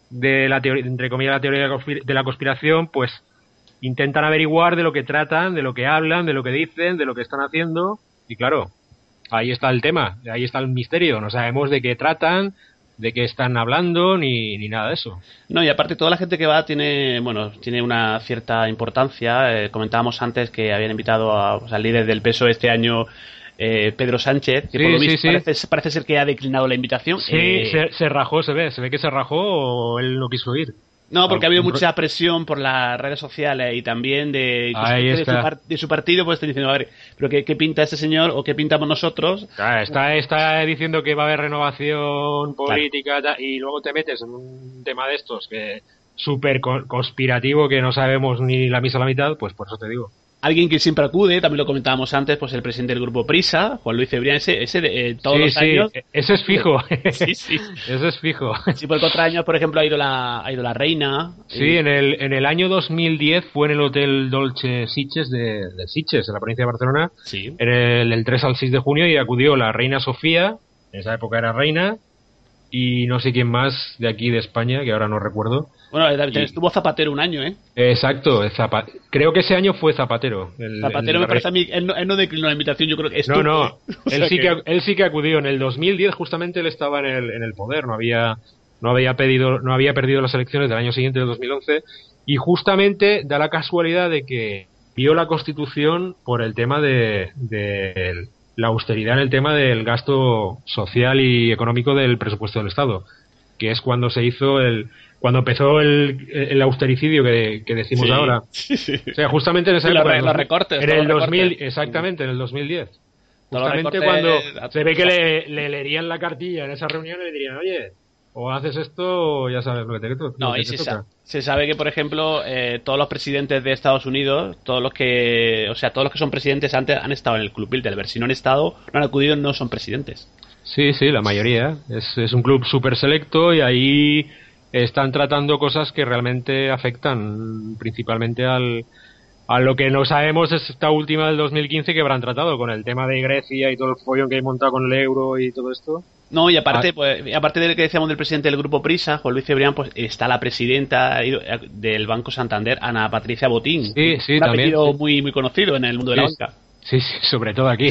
de la teoría, entre comillas, la teoría de la conspiración, pues intentan averiguar de lo que tratan, de lo que hablan, de lo que dicen, de lo que están haciendo, y claro, ahí está el tema, ahí está el misterio, no sabemos de qué tratan, de qué están hablando, ni, ni nada de eso. No, y aparte toda la gente que va tiene, bueno, tiene una cierta importancia. Eh, comentábamos antes que habían invitado a, pues, al líder del P S O E este año, Eh, Pedro Sánchez, que sí, por lo sí, visto sí. parece, parece ser que ha declinado la invitación. Sí, eh, se, se rajó, se ve, se ve que se rajó o él no quiso ir. No, porque ha habido Un- mucha presión por las redes sociales y también de, Ahí de, su, está. par- de su partido, pues están diciendo, a ver, pero ¿qué, qué pinta este señor o qué pintamos nosotros? Claro, está, está diciendo que va a haber renovación política, ta- y luego te metes en un tema de estos que súper co- conspirativo, que no sabemos ni la misa a la mitad, pues por eso te digo. Alguien que siempre acude, también lo comentábamos antes, pues el presidente del grupo Prisa, Juan Luis Cebrián, ese, ese de, eh, todos Sí, los sí, años. ese es fijo. Sí, sí. Ese es fijo. Sí, por otros años, por ejemplo, ha ido la, ha ido la reina. Sí, eh, en el, en el año dos mil diez fue en el Hotel Dolce Sitges de, de Sitges, en la provincia de Barcelona, sí. en el, el tres al seis de junio, y acudió la reina Sofía, en esa época era reina, y no sé quién más de aquí de España, que ahora no recuerdo. Bueno, David, Y- estuvo Zapatero un año, ¿eh? Exacto, el Zapa- creo que ese año fue Zapatero. el- Zapatero el- me parece a mí, él no, él no declinó la invitación, yo creo que No, estuvo. no, O él sea sí que, él sí que acudió. En el dos mil diez justamente él estaba en el, en el poder, no había, no había pedido, no había perdido las elecciones del año siguiente, del dos mil once, y justamente da la casualidad de que vio la Constitución por el tema de, de la austeridad en el tema del gasto social y económico del presupuesto del Estado, que es cuando se hizo el, cuando empezó el, el austericidio que, que decimos Sí. ahora. Sí, sí. O sea, justamente en esa Sí, los época, re- en los dos mil recortes, en todos el los dos mil, recortes. exactamente, en el dos mil diez. Todos los Justamente recortes cuando a- se ve que le, le leerían la cartilla en esa reunión y le dirían, oye, o haces esto o ya sabes lo que te, lo No, que y te se, toca. sa- se sabe que, por ejemplo, eh, todos los presidentes de Estados Unidos, todos los que, o sea, todos los que son presidentes antes han estado en el Club Bilderberg. Si no han estado, no han acudido, no son presidentes. Sí, sí, la mayoría. Es, es un club súper selecto y ahí están tratando cosas que realmente afectan principalmente al, a lo que no sabemos es esta última del dos mil quince que habrán tratado con el tema de Grecia y todo el follón que hay montado con el euro y todo esto. No, y aparte, Ah. pues, y aparte de lo que decíamos del presidente del grupo Prisa, Juan Luis Cebrián, pues está la presidenta del Banco Santander, Ana Patricia Botín. Sí, sí, un también, apellido sí. muy, muy conocido en el mundo de la Sí, banca. Sí, sí, sobre todo aquí.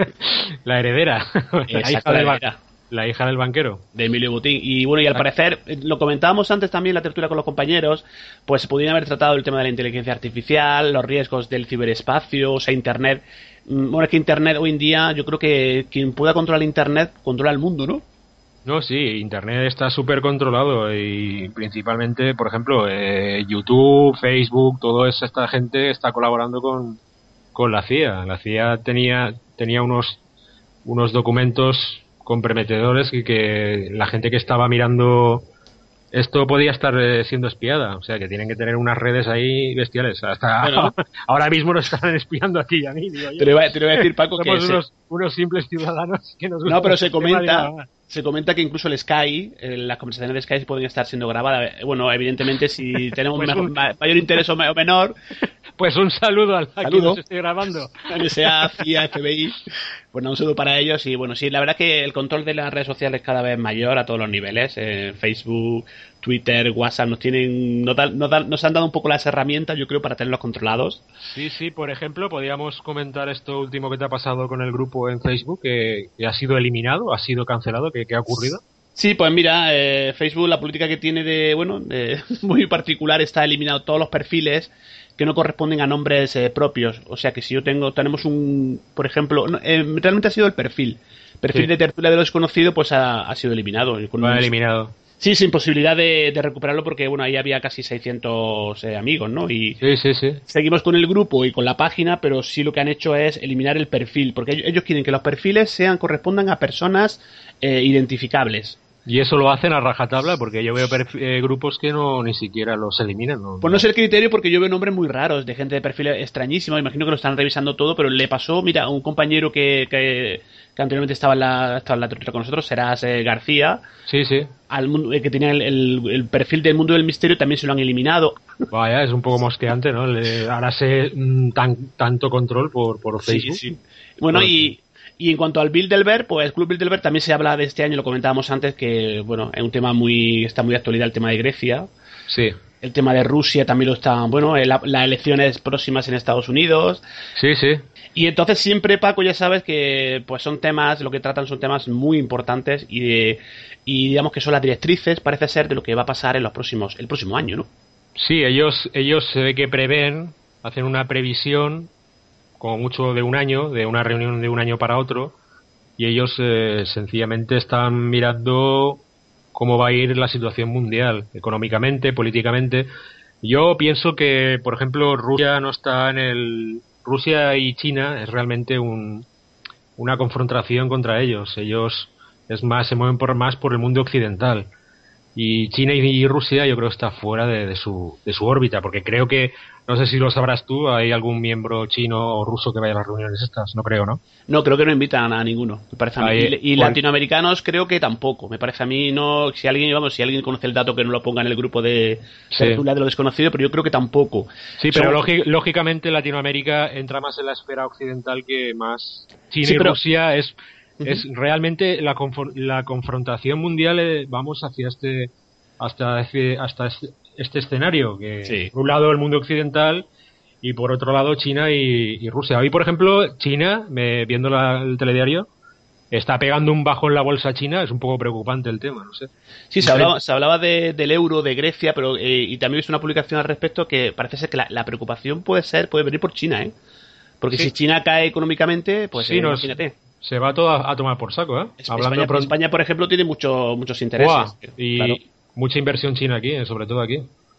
La heredera. la, hija Exacto, del la ba- heredera. la hija del banquero. De Emilio Botín. Y bueno, y al Ah. parecer, eh, lo comentábamos antes también en la tertulia con los compañeros, pues se podrían haber tratado el tema de la inteligencia artificial, los riesgos del ciberespacio, o sea, Internet. Mm, Bueno, es que Internet hoy en día, yo creo que quien pueda controlar Internet, controla el mundo, ¿no? No, sí, Internet está súper controlado y principalmente, por ejemplo, eh, YouTube, Facebook, toda esta gente está colaborando con, con la C I A. La C I A tenía, tenía unos, unos documentos comprometedores y que la gente que estaba mirando esto podía estar eh, siendo espiada. O sea, que tienen que tener unas redes ahí bestiales. Hasta Bueno. ahora mismo nos están espiando a ti y a mí, digo yo. Te lo iba, te lo iba a decir, Paco, que Somos se- unos, unos simples ciudadanos que nos No, pero se gusta el tema de comenta, la- se comenta que incluso el Sky, eh, las conversaciones de Sky pueden estar siendo grabadas. Eh, Bueno, evidentemente si tenemos Pues mejor- un- ma- mayor interés o me- o menor, Pues un saludo al a quien Saludo. nos esté grabando. N S A, C I A, F B I, pues nada, un saludo para ellos. Y bueno, sí, la verdad que el control de las redes sociales es cada vez mayor a todos los niveles. Eh, Facebook, Twitter, WhatsApp nos tienen, nos, dan- nos dan- nos han dado un poco las herramientas, yo creo, para tenerlos controlados. Sí, sí, por ejemplo, podríamos comentar esto último que te ha pasado con el grupo en Facebook, que, que ha sido eliminado, ha sido cancelado, que, que ha ocurrido. Sí, pues mira, eh, Facebook, la política que tiene de, bueno, de, muy particular, está eliminado todos los perfiles que no corresponden a nombres eh, propios. O sea que si yo tengo, tenemos un, por ejemplo, no, eh, realmente ha sido el perfil. Perfil Sí. de tertulia de lo desconocido, pues ha, ha sido eliminado. Con Lo un- han eliminado. Sí, sin posibilidad de, de recuperarlo porque, bueno, ahí había casi seiscientos eh, amigos, ¿no? Y Sí, sí, sí. seguimos con el grupo y con la página, pero sí lo que han hecho es eliminar el perfil, porque ellos, ellos quieren que los perfiles sean correspondan a personas eh, identificables. Y eso lo hacen a rajatabla porque yo veo perf- eh, grupos que no ni siquiera los eliminan. ¿no? Pues no sé el criterio porque yo veo nombres muy raros de gente de perfil extrañísimo. Imagino que lo están revisando todo, pero le pasó, mira, a un compañero que, que, que anteriormente estaba en la, estaba en la tertulia con nosotros, Serás eh, García, Sí, sí. al mundo, eh, que tenía el, el- el perfil del mundo del misterio, también se lo han eliminado. Vaya, es un poco mosqueante, ¿no? Le, ahora sé mm, tan, tanto control por, por Facebook. Sí, sí. Bueno, Por- y, y en cuanto al Bilderberg, pues Club Bilderberg también se habla de este año, lo comentábamos antes, que bueno, es un tema muy, está muy de actualidad el tema de Grecia. Sí, El tema de Rusia también lo está, bueno, eh, la- las elecciones próximas en Estados Unidos. sí, sí. Y entonces siempre, Paco, ya sabes que pues son temas, lo que tratan son temas muy importantes y, de- y digamos que son las directrices, parece ser, de lo que va a pasar en los próximos, el próximo año, ¿no? Sí, ellos, ellos se ve que prevén, hacen una previsión, como mucho de un año, de una reunión de un año para otro, y ellos eh, sencillamente están mirando cómo va a ir la situación mundial, económicamente, políticamente. Yo pienso que, por ejemplo, Rusia no está en el... Rusia y China es realmente un, una confrontación contra ellos. Ellos es más se mueven por más por el mundo occidental. Y China y Rusia yo creo que está fuera de, de su de su órbita, porque creo que, no sé si lo sabrás tú, hay algún miembro chino o ruso que vaya a las reuniones estas, no creo, ¿no? No, creo que no invitan a ninguno, me parece a mí. Ahí, y y bueno. latinoamericanos creo que tampoco, me parece a mí, no, si alguien, vamos, si alguien conoce el dato que no lo ponga en el grupo de Sí. tertulia de lo desconocido, pero yo creo que tampoco. Sí, pero Son- lógi- lógicamente Latinoamérica entra más en la esfera occidental que más China Sí, y pero- Rusia es Ujú. es realmente la, confo- la confrontación mundial, eh, vamos hacia este hasta este, hasta este, este escenario que Sí. por un lado el mundo occidental y por otro lado China y, y Rusia. Hoy, por ejemplo, China, me, viendo la- el telediario, está pegando un bajo en la bolsa china, es un poco preocupante el tema, no sé. Sí, se hablaba, se hablaba de- del euro, de Grecia, pero eh, y también he visto una publicación al respecto que parece ser que la, la preocupación puede ser, puede venir por China, ¿eh? Porque Sí. si China cae económicamente, pues Sí, eh, nos- imagínate. Se va todo a, a tomar por saco, ¿eh? Es- Hablando España, pronto- España, por ejemplo, tiene mucho, muchos intereses. Buah, y Claro. mucha inversión china aquí, eh, sobre todo aquí.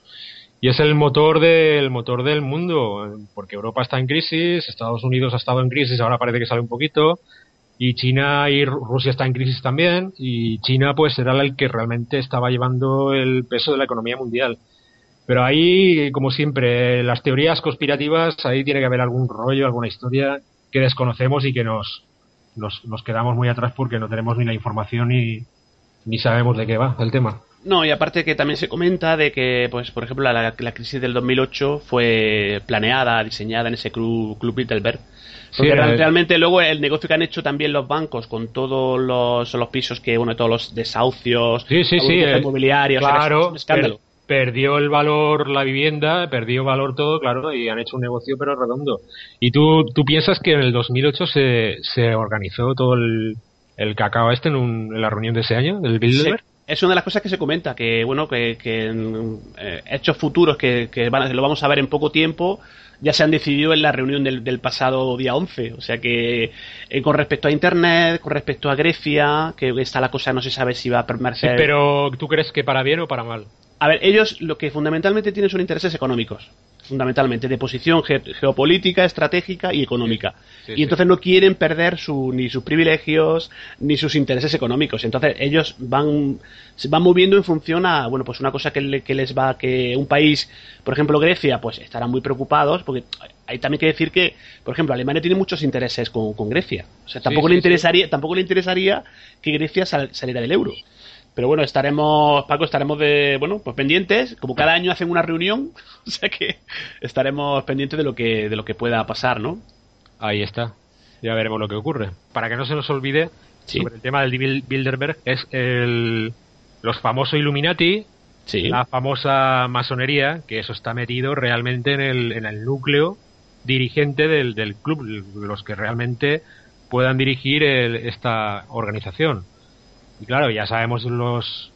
Y es el motor del motor del mundo, eh, porque Europa está en crisis, Estados Unidos ha estado en crisis, ahora parece que sale un poquito, y China y Ru- Rusia está en crisis también, y China pues era el que realmente estaba llevando el peso de la economía mundial. Pero ahí, como siempre, las teorías conspirativas, ahí tiene que haber algún rollo, alguna historia que desconocemos y que nos, nos, nos quedamos muy atrás porque no tenemos ni la información ni, ni sabemos de qué va el tema. No, y aparte que también se comenta de que, pues, por ejemplo, la, la crisis del dos mil ocho fue planeada, diseñada en ese club, club Bilderberg. Porque Sí, real- eh. realmente luego el negocio que han hecho también los bancos con todos los, los pisos que, bueno, todos los desahucios, Sí, sí, la sí. burbuja eh, inmobiliaria, o sea, que es claro, un escándalo. per- perdió el valor la vivienda, perdió valor todo, claro, y han hecho un negocio pero redondo. ¿Y tú, tú piensas que en el dos mil ocho se, se organizó todo el, el cacao este en, un- en la reunión de ese año, del Bilderberg? Sí, es una de las cosas que se comenta, que bueno, que, que en eh, hechos futuros que, que van a- lo vamos a ver en poco tiempo, ya se han decidido en la reunión del, del pasado día once. O sea que eh, con respecto a Internet, con respecto a Grecia, que está la cosa, no se sabe si va a Sí, permanecer. pero ¿tú crees que para bien o para mal? A ver, ellos lo que fundamentalmente tienen son intereses económicos. Fundamentalmente, de posición ge- geopolítica, estratégica y económica. Sí, y sí. entonces no quieren perder su, ni sus privilegios ni sus intereses económicos. Entonces ellos van se van moviendo en función a, bueno, pues una cosa que, le- que les va, que un país, por ejemplo Grecia, pues estarán muy preocupados, porque hay también que decir que, por ejemplo, Alemania tiene muchos intereses con, con Grecia. O sea, tampoco Sí, le sí, interesaría, tampoco le interesaría que Grecia sal- saliera del euro. Pero bueno, estaremos, Paco, estaremos de, bueno, pues pendientes. Como cada año hacen una reunión, o sea que estaremos pendientes de lo que, de lo que pueda pasar, ¿no? Ahí está. Ya veremos lo que ocurre. Para que no se nos olvide, Sí. sobre el tema del Bil- Bilderberg, es el, los famosos Illuminati, Sí. la famosa masonería, que eso está metido realmente en el, en el núcleo dirigente del, del club, los que realmente puedan dirigir el- esta organización. Y claro, ya sabemos los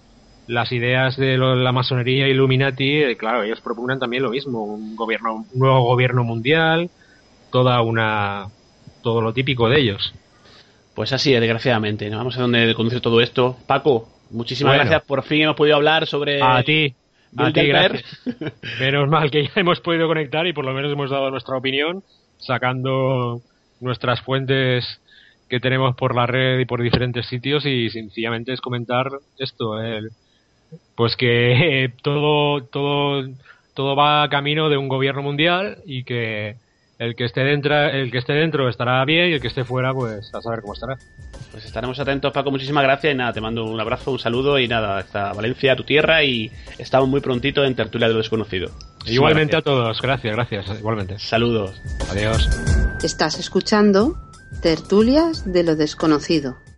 las ideas de lo, la masonería Illuminati, eh, claro, ellos propugnan también lo mismo, un gobierno, un nuevo gobierno mundial, toda una, todo lo típico de ellos. Pues así, desgraciadamente. ¿No? Vamos a dónde conduce todo esto. Paco, muchísimas Bueno. gracias. Por fin hemos podido hablar sobre... A ti, a ti, Bilderberg. gracias. Menos mal que ya hemos podido conectar y por lo menos hemos dado nuestra opinión, sacando nuestras fuentes que tenemos por la red y por diferentes sitios, y sencillamente es comentar esto, el, pues que eh, todo, todo, todo va camino de un gobierno mundial y que el que esté dentro, el que esté dentro estará bien y el que esté fuera, pues a saber cómo estará. Pues estaremos atentos, Paco, muchísimas gracias y nada, te mando un abrazo, un saludo y nada, hasta Valencia, tu tierra, y estamos muy prontito en Tertulia de lo Desconocido. Igualmente Gracias. a todos, gracias, gracias, igualmente. Saludos. Adiós. Estás escuchando Tertulias de lo Desconocido.